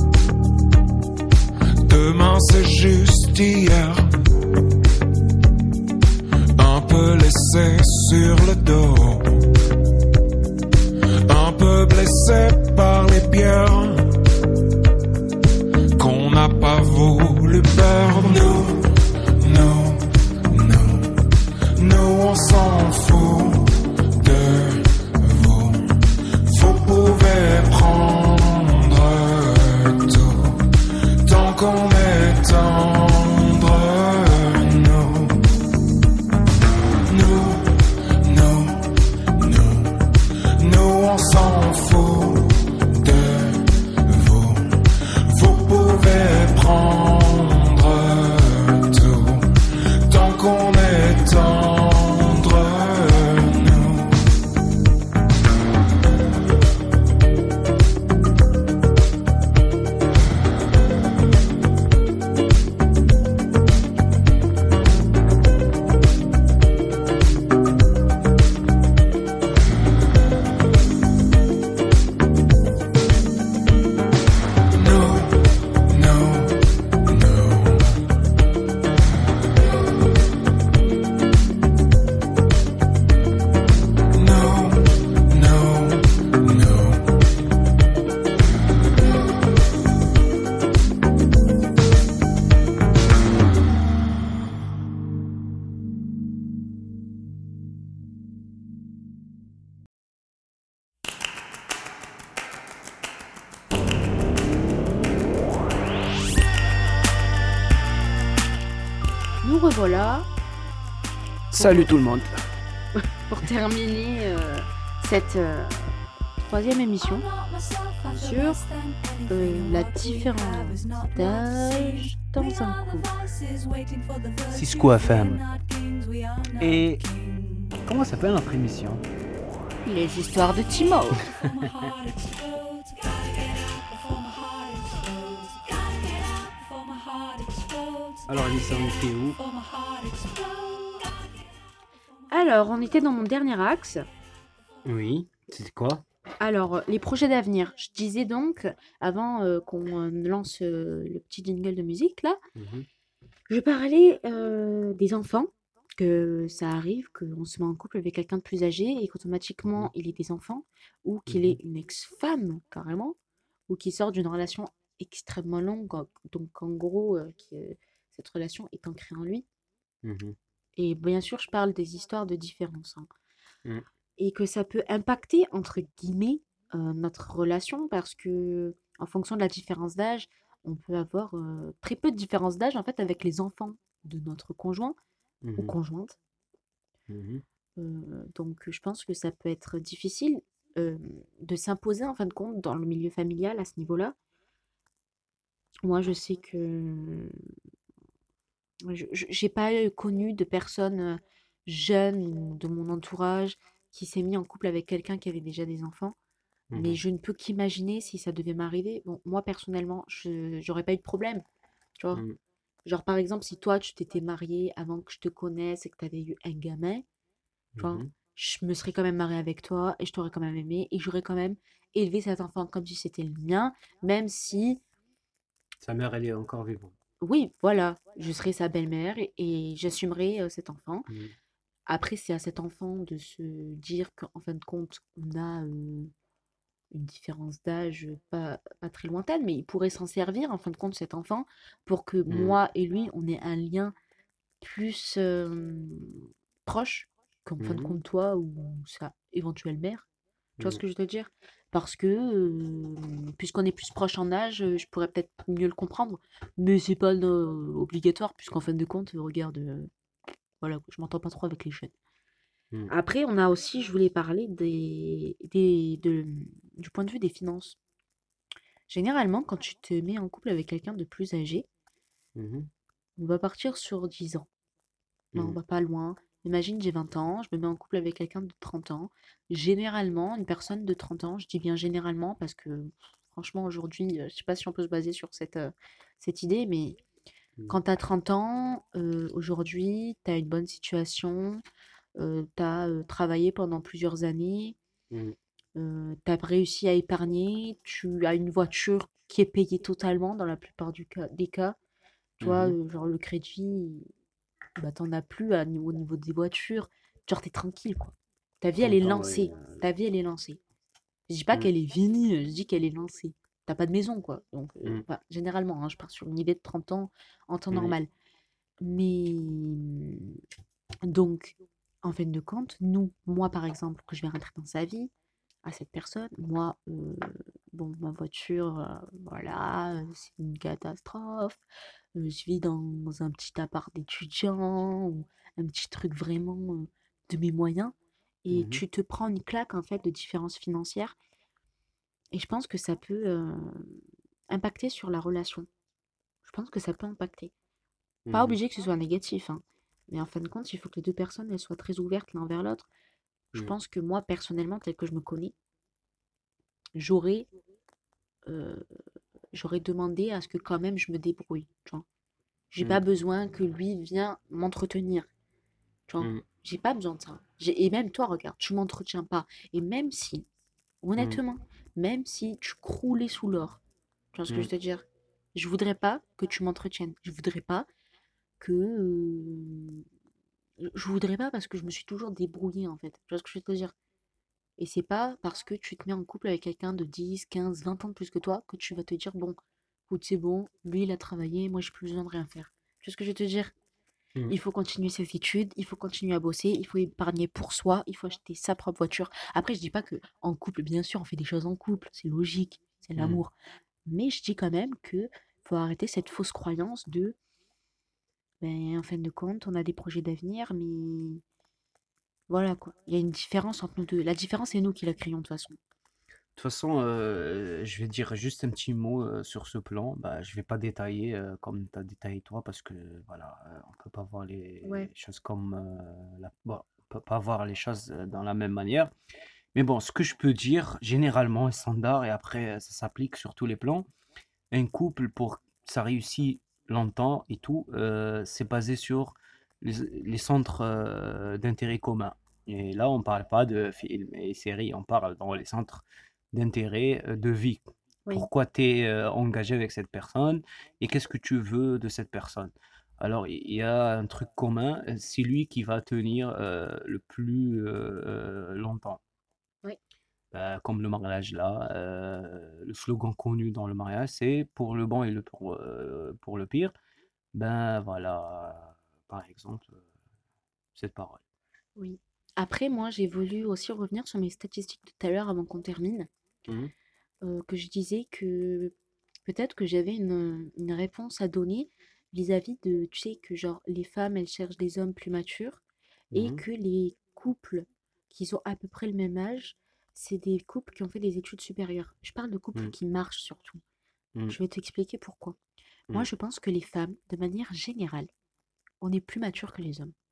Demain c'est juste hier, un peu laissé sur le dos, un peu blessé par les pierres qu'on n'a pas voulu perdre. Nous, nous, nous, nous on s'en fout de vous. Vous pouvez prendre tout, tant qu'on est tendre. Nous, nous, nous, nous, nous on s'en fout de vous. Vous pouvez prendre tout, tant qu'on est tendre. Nous, nous, nous, nous, nous, nous. Nous revoilà Salut tout le monde. pour terminer euh, cette euh, troisième émission sur euh, la différence d'âge dans un couple. Cisco F M. Et comment s'appelle notre émission? Les histoires de Timo. Alors Alissa, on était où? Alors, on était dans mon dernier axe. Oui, c'est quoi? Alors, euh, les projets d'avenir. Je disais donc, avant euh, qu'on euh, lance euh, le petit jingle de musique, là, Mhm. je parlais euh, des enfants, que ça arrive, qu'on se met en couple avec quelqu'un de plus âgé et qu'automatiquement il ait des enfants, ou qu'il ait une ex-femme, carrément, ou qu'il sorte d'une relation extrêmement longue, en- donc en gros, euh, que cette relation est ancrée en lui. Mhm. Et bien sûr, je parle des histoires de différence, hein. Mm. Et que ça peut impacter, entre guillemets, euh, notre relation parce que, en fonction de la différence d'âge, on peut avoir euh, très peu de différence d'âge en fait avec les enfants de notre conjoint ou Mhm. conjointe. Mhm. Euh, donc, je pense que ça peut être difficile euh, de s'imposer en fin de compte dans le milieu familial à ce niveau-là. Moi, je sais que je je- j'ai pas euh, connu de personnes euh, jeunes ou de mon entourage qui s'est mis en couple avec quelqu'un qui avait déjà des enfants, mais Mhm. je ne peux qu'imaginer si ça devait m'arriver. Bon, moi personnellement, je j'aurais pas eu de problème, tu vois. Mhm. Genre par exemple, si toi tu t'étais marié avant que je te connaisse et que tu avais eu un gamin, tu vois, Mhm. je me serais quand même mariée avec toi et je t'aurais quand même aimé et j'aurais quand même élevé cet enfant comme si c'était le mien, même si, Sa mère, elle est encore vivante. oui, voilà, je serais sa belle-mère et, et j'assumerais euh, cet enfant. Mhm. Après, c'est à cet enfant de se dire qu'en fin de compte, on a euh, une différence d'âge pas, pas très lointaine, mais il pourrait s'en servir, en fin de compte, cet enfant, pour que Mhm. moi et lui, on ait un lien plus euh, proche qu'en fin de Mhm. compte, toi ou sa éventuelle mère. Tu vois ce Mhm. que je veux te dire? Parce que, euh, puisqu'on est plus proche en âge, euh, je pourrais peut-être mieux le comprendre, mais c'est pas euh, obligatoire, puisqu'en fin de compte, regarde, euh, voilà, je m'entends pas trop avec les jeunes. Mhm. Après, on a aussi, je voulais parler des, des, de- du point de vue des finances. Généralement, quand tu te mets en couple avec quelqu'un de plus âgé, Mhm. on va partir sur dix ans. Non, on Mhm. va pas loin. Imagine, j'ai vingt ans, je me mets en couple avec quelqu'un de trente ans. Généralement, une personne de trente ans, je dis bien généralement parce que franchement, aujourd'hui, euh, je sais pas si on peut se baser sur cette, euh, cette idée, mais Mhm. quand tu as trente ans, euh, aujourd'hui, tu as une bonne situation, tu as travaillé pendant plusieurs années, Mhm. tu as réussi à épargner, tu as une voiture qui est payée totalement dans la plupart du cas, des cas. Tu vois, Mhm. euh, genre le crédit, bah, t'en as plus à, au niveau des voitures. Genre, t'es tranquille, quoi. Ta vie, elle est trente ans, oui. lancée. euh, Ta vie, elle est lancée. Je dis pas mhm. qu'elle est finie, euh, je dis qu'elle est lancée. T'as pas de maison, quoi. Donc, euh, Mhm. enfin, généralement, hein, je pars sur une idée de trente ans en temps Oui. normal. Mais donc, en fin de compte, nous, moi par exemple, que je vais rentrer dans sa vie, à cette personne, moi, euh, bon, ma voiture, euh, voilà, euh, c'est une catastrophe. Euh, je vis dans un petit appart d'étudiant ou un petit truc vraiment euh, de mes moyens. Et Mhm. tu te prends une claque en fait de différence financière. Et je pense que ça peut euh, impacter sur la relation. Je pense que ça peut impacter. Pas Mhm. obligé que ce soit négatif, hein. Mais en fin de compte, il faut que les deux personnes elles soient très ouvertes l'un vers l'autre. Je Mhm. pense que moi, personnellement, tel que je me connais, j'aurais euh, j'aurais demandé à ce que quand même je me débrouille. Tu vois. J'ai pas Mhm. besoin que lui vienne m'entretenir. Tu vois. Mhm. J'ai pas besoin de ça. J'ai- Et même toi, regarde, tu m'entretiens pas. Et même si, Mhm. honnêtement, même si tu croulais sous l'or, tu vois ce que je Mhm. veux te dire? Je voudrais pas que tu m'entretiennes. Je voudrais pas que euh, je voudrais pas parce que je me suis toujours débrouillée en fait. Tu vois ce que je veux te dire? Et c'est pas parce que tu te mets en couple avec quelqu'un de dix, quinze, vingt ans de plus que toi que tu vas te dire, bon, écoute, c'est bon, lui il a travaillé, moi j'ai plus besoin de rien faire. Tu vois ce que je veux te dire? Mhm. Il faut continuer ses études, il faut continuer à bosser, il faut épargner pour soi, il faut acheter sa propre voiture. Après, je dis pas que en couple, bien sûr, on fait des choses en couple, c'est logique, c'est Mhm. l'amour. Mais je dis quand même que faut arrêter cette fausse croyance de, ben, en fin de compte, on a des projets d'avenir, mais voilà quoi. Il y a une différence entre nous deux. La différence, c'est nous qui la créons de toute façon. De toute façon, euh, je vais dire juste un petit mot euh, sur ce plan. Bah, je vais pas détailler euh, comme tu as détaillé toi parce que voilà, euh, on peut pas voir Ouais. les choses comme euh, la... bon, on peut pas voir les choses euh, dans la même manière. Mais bon, ce que je peux dire généralement, un standard et après ça s'applique sur tous les plans. Un couple pour que ça réussit longtemps et tout, euh, c'est basé sur les, les centres euh, d'intérêt commun. Et là, on parle pas de films et séries, on parle dans les centres d'intérêt euh, de vie. Oui. Pourquoi tu es engagé avec cette personne et qu'est-ce que tu veux de cette personne? Alors, il y a un truc commun, euh, c'est lui qui va tenir euh, le plus euh, euh, longtemps. Oui. Bah, comme le mariage là, euh, le slogan connu dans le mariage, c'est pour le bon et le pour, euh, pour le pire. Ben voilà, par exemple, euh, cette parole. Oui. Après, moi, j'ai voulu aussi revenir sur mes statistiques de tout à l'heure avant qu'on termine, Mhm. euh, que je disais que peut-être que j'avais une, une réponse à donner vis-à-vis de, tu sais, que genre les femmes, elles cherchent des hommes plus matures et Mhm. que les couples qui ont à peu près le même âge, c'est des couples qui ont fait des études supérieures. Je parle de couples Mhm. qui marchent surtout. Mhm. Je vais t'expliquer pourquoi. Moi, Mhm. je pense que les femmes, de manière générale, on est plus matures que les hommes.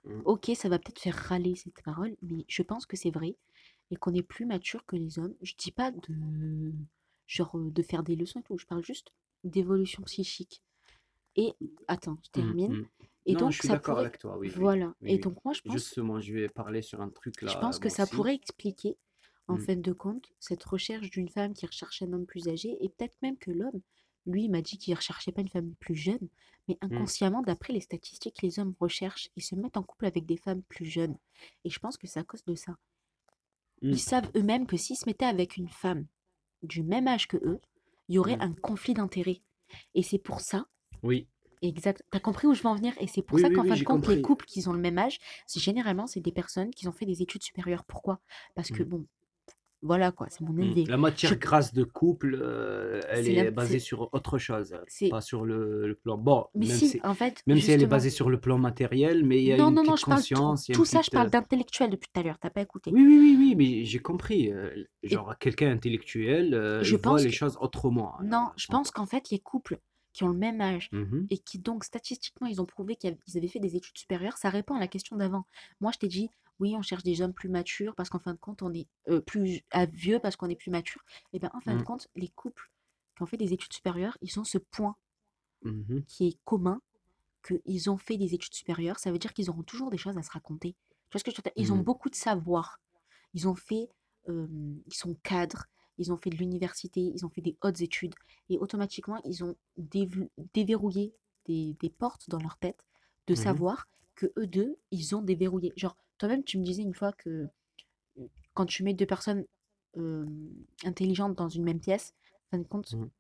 Mmh. OK, ça va peut-être faire râler cette parole, mais je pense que c'est vrai et qu'on est plus mature que les hommes. Je dis pas de genre, heu, de faire des leçons et tout, je parle juste d'évolution psychique et attends, je Mmh termine mh. et Non, je donc suis ça d'accord pourrait avec toi, oui, oui. voilà Oui, et oui. donc moi je pense Justement, je vais parler sur un truc je là, pense heu, que moi ça aussi. pourrait expliquer, en Mmh. fin de compte, cette recherche d'une femme qui recherche un homme plus âgé et peut-être même que l'homme, lui, il m'a dit qu'il recherchait pas une femme plus jeune, mais Mmh. inconsciemment, d'après les statistiques, les hommes recherchent et se mettent en couple avec des femmes plus jeunes. Et je pense que c'est à cause de ça. Ils Mmh. savent eux-mêmes que s'ils se mettaient avec une femme du même âge que eux, il y aurait Mmh. un conflit d'intérêts. Et c'est pour ça, Oui. exact, t'as compris où je veux en venir? Et c'est pour Oui, ça oui, qu'en oui, fin de j'ai compte, les compris. couples qui ont le même âge, c'est généralement, c'est des personnes qui ont fait des études supérieures. Pourquoi? Parce que Mmh. bon, voilà quoi, c'est mon Mmh. idée. La Je, matière grasse de couple, heu, elle c'est l'im- est basée c'est, sur autre chose, c'est, pas sur le le plan bon, mais même si, si en fait, même si elle est justement. basée sur le plan matériel, mais il y a Non, une non, non, petite je parle tout, conscience, il y a une tout ça, je petite, parle heu d'intellectuel depuis tout à l'heure, t'as pas écouté. oui, oui, oui, oui, mais j'ai compris, heu, Et genre quelqu'un intellectuel, heu, je il voit pense les que, choses autrement non, alors, heu, je sans pense toi. qu'en fait, les couples qui ont le même âge Mmh mh. et qui donc statistiquement, ils ont prouvé qu'ils avaient fait des études supérieures, ça répond à la question d'avant. Moi, je t'ai dit, oui, on cherche des hommes plus matures parce qu'en fin de compte, on est euh, plus à vieux parce qu'on est plus mature. Et bien, en fin de Mmh. compte, les couples qui ont fait des études supérieures, ils ont ce point Mmh mh. qui est commun, qu'ils ont fait des études supérieures. Ça veut dire qu'ils auront toujours des choses à se raconter. Tu vois ce que je veux dire? Ils ont Mmh. beaucoup de savoir. Ils ont fait, euh, ils sont cadres, ils ont fait de l'université, ils ont fait des hautes études et automatiquement ils ont dévu- déverrouillé des, des portes dans leur tête de Mmh mh. savoir que eux deux, ils ont déverrouillé. Genre, toi-même, tu me disais une fois que euh, quand tu mets deux personnes euh, intelligentes dans une même pièce, en fin de compte, Mmh.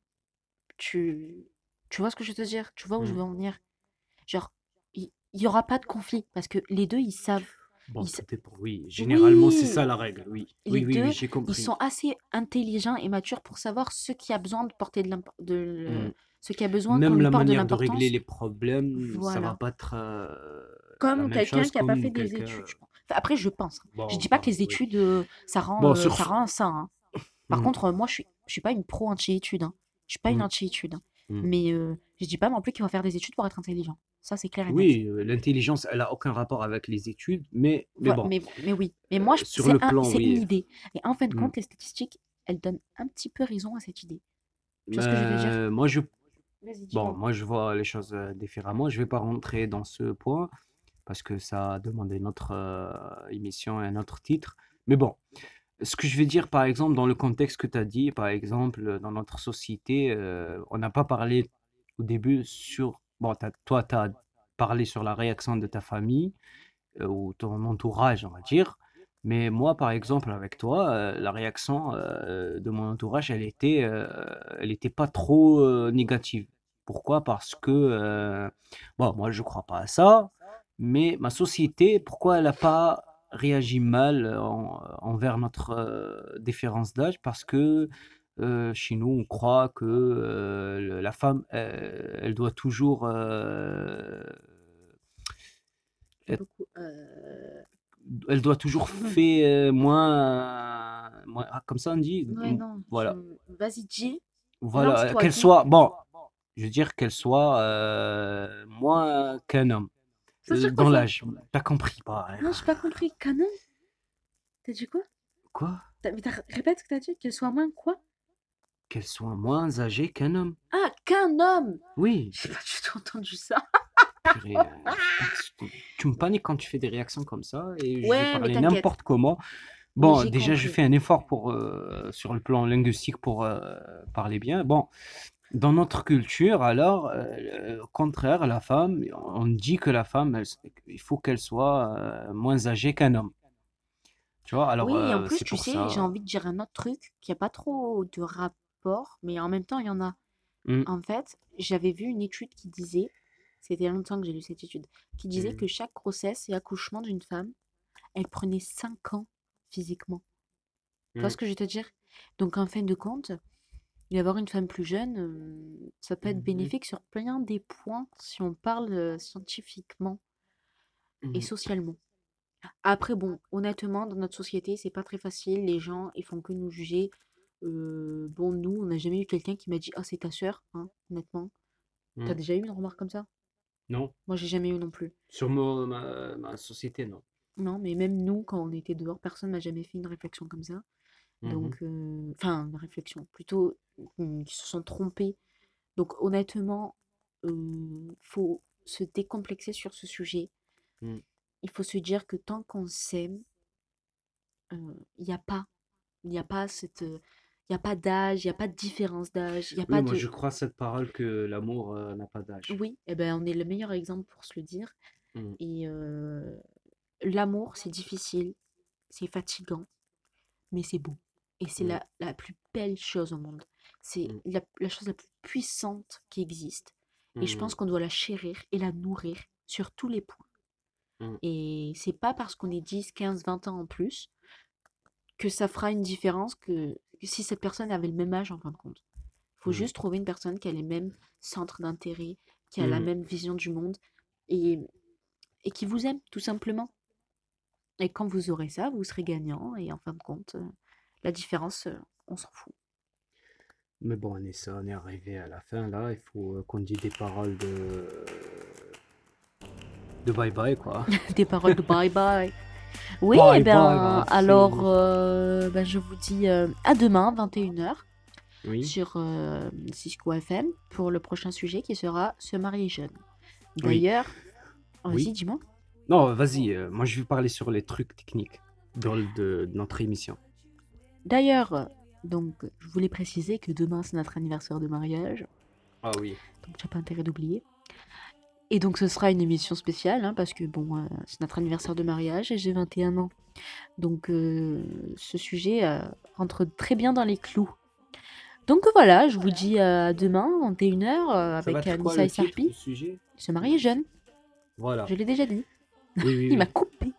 tu, tu vois ce que je veux te dire? Tu vois où je Mmh. veux en venir? Genre, il il y aura pas de conflit parce que les deux, ils savent. Bon, Ils, sa- tout dépend, oui, généralement, c'est ça oui, la règle, oui. les Oui, oui, oui, deux, j'ai ils compris. sont assez intelligents et matures pour savoir ce qui a besoin de porter de l'imp- de Mmh. le- ce qui a besoin qu'on Même lui la porte de manière de régler l'importance. les problèmes, ça va Voilà. pas être, heu, la Comme même quelqu'un chose qui a pas fait comme des quelqu'un, études, heu je pense. Enfin, après, je pense. Je dis bon, pas que pareil, les oui. études, euh, ça rend, Bon, euh, sur ça ce rend ça, hein. Par mmh, contre, euh, moi, je suis, je suis pas une pro anti-études, hein. Je suis pas une mmh, anti-études, hein. mmh. Mais euh, je dis pas non plus qu'il faut faire des études pour être intelligent. Ça, c'est clair et net. Oui, heu, l'intelligence, elle a aucun rapport avec les études, mais mais Voi bon, mais mais oui, mais moi heu, je sur c'est le un plan, c'est une oui, idée et en fin de mmh. compte, les statistiques, elles donnent un petit peu raison à cette idée. Tu vois ce que je veux te dire? Heu, moi je Vas-y, bon, dis-moi. moi je vois les choses, heu, différemment. Je vais pas rentrer dans ce point parce que ça demande une autre, heu, émission et un autre titre. Mais bon, ce que je vais dire, par exemple, dans le contexte que tu as dit, par exemple, heu, dans notre société, heu, on n'a pas parlé au début sur bon, tu toi, tu as parlé sur la réaction de ta famille, heu, ou ton entourage, on va dire. Mais moi, par exemple, avec toi, heu, la réaction, heu, de mon entourage, elle était, heu, elle était pas trop, heu, négative. Pourquoi? Parce que, heu, bon, moi, je crois pas à ça, mais ma société, pourquoi elle a pas réagi mal, heu, en envers notre, heu, différence d'âge? Parce que, heu, chez nous, on croit que, heu, le la femme, heu, elle doit toujours, heu, J'aime beaucoup, heu, elle doit toujours faire, heu, moins, moins ah, comme ça on dit? ouais, Mmh, non, je voilà, vas-y, dis, voilà, lance-toi, qu'elle dis. soit bon, je veux dire qu'elle soit, heu, moins qu'un homme, Ça veut heu, dire quoi dans ça? l'âge. Tu compris pas, Non, j'ai pas compris. Canon? T'as dit quoi? quoi? Tu mais tu répète ce que t'as dit, qu'elle soit moins quoi? Qu'elle soit moins âgée qu'un homme. Ah, qu'un homme! Oui, J'ai pas du tout entendu ça. purée, heu, j'espère que tu tu me paniques quand tu fais des réactions comme ça et je vais Ouais, mais parler t'inquiète, n'importe comment. mais Bon, j'ai déjà, je compris. fais un effort pour, heu, sur le plan linguistique pour, heu, parler bien. Bon, dans notre culture, alors, heu, au contraire, la femme, on dit que la femme, elle s il faut qu'elle soit, heu, moins âgée qu'un homme. Tu vois? Alors, Oui et en heu, plus, c'est tu pour sais, j'ai ça envie de dire un autre truc qui a pas trop de rapport, mais en même temps, il y en a. mmh, En fait, j'avais vu une étude qui disait, c'était il y a longtemps que j'ai lu cette étude, qui disait mmh, que chaque grossesse et accouchement d'une femme, elle prenait cinq ans physiquement. Tu vois mmh, ce que je veux te dire? Donc en fin de compte, d'avoir une femme plus jeune, euh, ça peut être mmh bénéfique sur plein des points si on parle euh, scientifiquement et mmh, socialement. Après, bon, honnêtement, dans notre société, c'est pas très facile. Les gens, ils font que nous juger. Euh, bon, nous, on n'a jamais eu quelqu'un qui m'a dit, ah, c'est ta sœur, hein, honnêtement. T'as mmh. déjà eu une remarque comme ça? Non, Moi, j'ai jamais eu non plus. sur mo- ma, ma société, non. Non, mais même nous, quand on était dehors, personne m'a jamais fait une réflexion comme ça. Mhm. Donc, euh, enfin, une réflexion, plutôt, mm, ils se sont trompés. Donc, honnêtement, euh, faut se décomplexer sur ce sujet. Mm. Il faut se dire que tant qu'on s'aime, il n'y a pas, il n'y a pas cette, il y a pas d'âge, il n'y a pas de différence d'âge, il n'y a Oui, pas moi de... je crois cette parole que l'amour euh, n'a pas d'âge. Oui, eh ben, on est le meilleur exemple pour se le dire. Mm. Et euh, l'amour, c'est difficile, c'est fatigant, mais c'est beau. Et c'est Mm. la, la plus belle chose au monde. C'est Mm. la, la chose la plus puissante qui existe. Et je pense Mm. qu'on doit la chérir et la nourrir sur tous les points. Mm. Et c'est pas parce qu'on est dix, quinze, vingt ans en plus que ça fera une différence que, que si cette personne avait le même âge en fin de compte. Il faut Mm. juste trouver une personne qui a les mêmes centres d'intérêt, qui a la Mm. même vision du monde et, et qui vous aime tout simplement. Et quand vous aurez ça, vous serez gagnant et en fin de compte, euh, la différence, euh, on s'en fout. Mais bon, on est ça, on est arrivé à la fin là. Il faut euh, qu'on dise des paroles de de bye bye quoi. Des paroles de bye bye. Oui, Bye eh bye, ben, bah, alors, c'est- euh, ben, je vous dis euh, à demain, vingt et une heures, Oui, sur euh, Cisco F M, pour le prochain sujet qui sera se marier jeune. oui, D'ailleurs, vas-y, oui. dis-moi. Non, vas-y. euh, moi, je vais parler sur les trucs techniques de, de- de notre émission. D'ailleurs, euh, donc, je voulais préciser que demain, c'est notre anniversaire de mariage, Ah oui. donc tu n'as pas intérêt d'oublier. Et donc, ce sera une émission spéciale, hein, parce que bon, euh, c'est notre anniversaire de mariage et j'ai vingt et un ans. Donc, euh, ce sujet euh, rentre très bien dans les clous. Donc voilà, je vous dis euh, à demain, vingt et une heures, euh, Ça va avec être quoi Anissa le et titre Sarpi. du sujet? Se marier jeune, Voilà. je l'ai déjà dit. Oui, oui, Il m'a oui. coupé.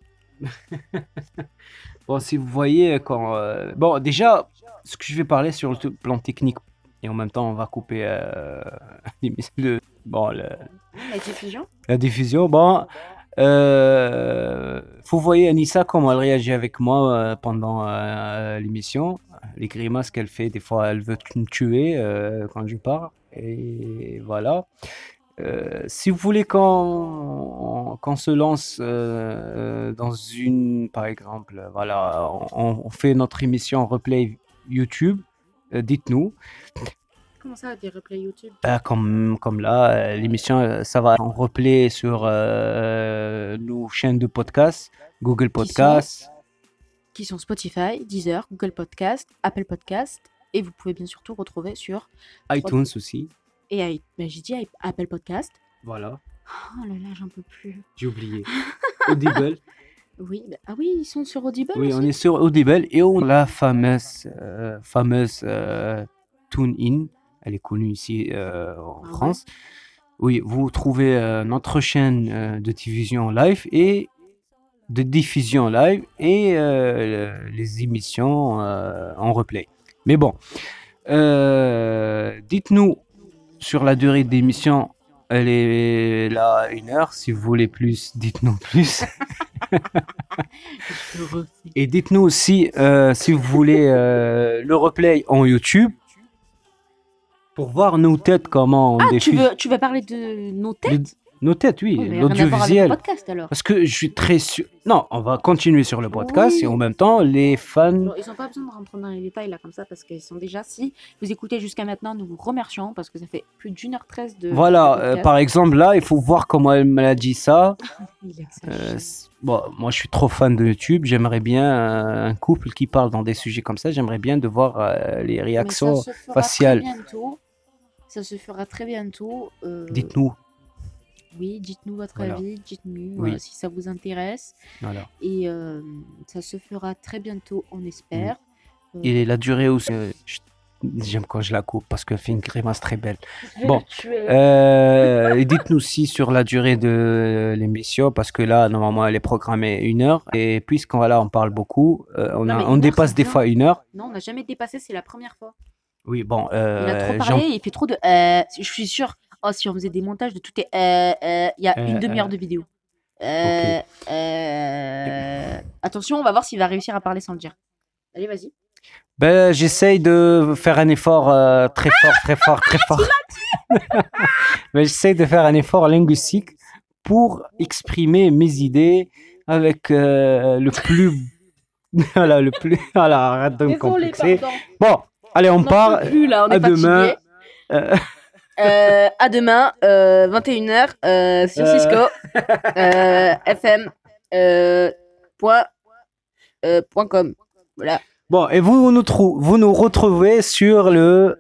Bon, si vous voyez quand... euh, Bon, déjà, ce que je vais parler sur le t- plan technique, et en même temps, on va couper euh, l'émission- le... bon, le- La diffusion. la diffusion. Bon, euh... vous voyez Anissa, comment elle réagit avec moi euh, pendant euh, l'émission. Les grimaces qu'elle fait, des fois, elle veut me tuer euh, quand je parle. Et voilà. Euh, si vous voulez qu'on qu'on se lance euh, dans une, par exemple, voilà, on, on fait notre émission en replay YouTube, euh, dites-nous. Comment ça, des replays YouTube? Euh, comme, comme là, euh, l'émission, euh, ça va en replay sur euh, nos chaînes de podcast, Google Qui sont Podcast. qui sont Spotify, Deezer, Google Podcast, Apple Podcast, et vous pouvez bien sûr tout retrouver sur iTunes aussi. et i- ben, j'ai dit i- Apple Podcast. Voilà, Oh là là, j'en peux plus. j'ai oublié. Audible. Oui, ben- ah oui, ils sont sur Audible Oui, on aussi. est sur Audible et on a la fameuse, euh, fameuse euh, TuneIn. Elle est connue ici euh, en Ah ouais. France. Oui, vous trouvez euh, notre chaîne euh, de diffusion live et de diffusion live et euh, le- les émissions euh, en replay. Mais bon, euh, dites-nous sur la durée d'émission. Elle est là à une heure. Si vous voulez plus, dites-nous plus. Je refais. Et dites-nous aussi euh, si vous voulez euh, le replay en YouTube pour voir nos têtes, comment on Ah, tu diffuse. veux, tu veux parler de nos Les- têtes? Nos têtes, oui, Oh, mais rien à voir avec le l'audiovisuel. podcast alors. Parce que je suis très sûr. Non, on va continuer sur le podcast Oui. et en même temps, les fans. Bon, ils n'ont pas besoin de rentrer dans les détails là comme ça parce qu'ils sont déjà. Si vous écoutez jusqu'à maintenant, nous vous remercions parce que ça fait plus d'une heure treize de. Voilà, de euh, podcast. par exemple, là, il faut voir comment elle me l'a dit ça. Il Euh, exagère. c'est- bon, moi, je suis trop fan de YouTube. J'aimerais bien euh, un couple qui parle dans des sujets comme ça. J'aimerais bien de voir euh, les Mais réactions ça se fera faciales. Très bientôt. Ça se fera très bientôt. euh, Dites-nous. Oui, dites-nous votre Voilà. avis, dites-nous Oui. euh, si ça vous intéresse. Voilà. Et euh, ça se fera très bientôt, on espère. Euh, Et la durée aussi. euh, je- J'aime quand je la coupe parce qu'elle fait une grimace très belle. Bon. tu es- Euh, et dites-nous aussi sur la durée de l'émission parce que là, normalement, elle est programmée une heure. Et puisqu'on voilà, on parle beaucoup, euh, on, Non, a- mais on une heure, dépasse c'est des bien. fois une heure. Non, on n'a jamais dépassé, c'est la première fois. Oui, bon. Il a Euh, trop j'en- parlé, il fait trop de. euh, je suis sûre. Oh, si on faisait des montages de tout est. euh, euh, Il y a Euh, une demi-heure euh. de vidéo. Euh, euh, Attention, on va voir s'il va réussir à parler sans le dire. Allez, vas-y. Ben, j'essaye de faire un effort euh, très fort, très fort, très fort. Mais j'essaie de faire un effort linguistique pour exprimer mes idées avec euh, le plus. Voilà, le plus. Voilà, arrête de me Désolé, complexer. pardon. Bon, allez, on On n'en part. peut plus là, on À est demain. fatigué. Euh, Euh, à demain, euh, vingt et une heures, euh, sur Euh. Cisco, euh, F M, euh, point, euh, point com. Voilà. Bon, et vous nous, trou- vous nous retrouvez sur le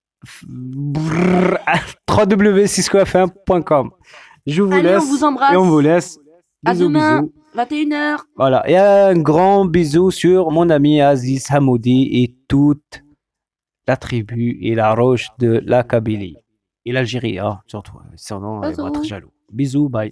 w w w point cisco f m point com. Je vous Allez, on laisse. vous embrasse. Et on vous laisse. À Bisous, demain. bisous. vingt et une heures. Voilà. Et un grand bisou sur mon ami Aziz Hamoudi et toute la tribu et la roche de la Kabylie. Et l'Algérie, hein, surtout. Sinon, ils vont être Bisous. jaloux. Bisous, bye.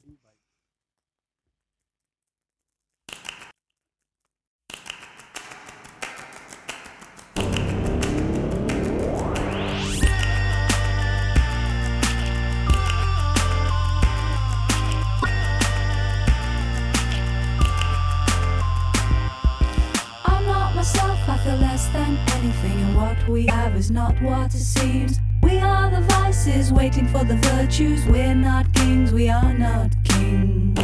I'm not myself, I feel less than anything, and what we have is not what it seems. We are the vices waiting for the virtues. We're not kings, we are not kings.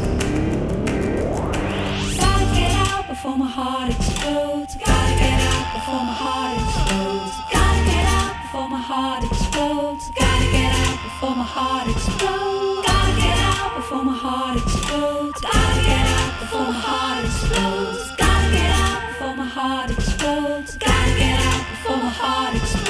Gotta get out before my heart explodes. Gotta get out before my heart explodes. Gotta get out before my heart explodes. Gotta get out before my heart explodes. Gotta get out before my heart explodes. Gotta get out before my heart explodes. Gotta get out before my heart explodes. Gotta get out before my heart explodes.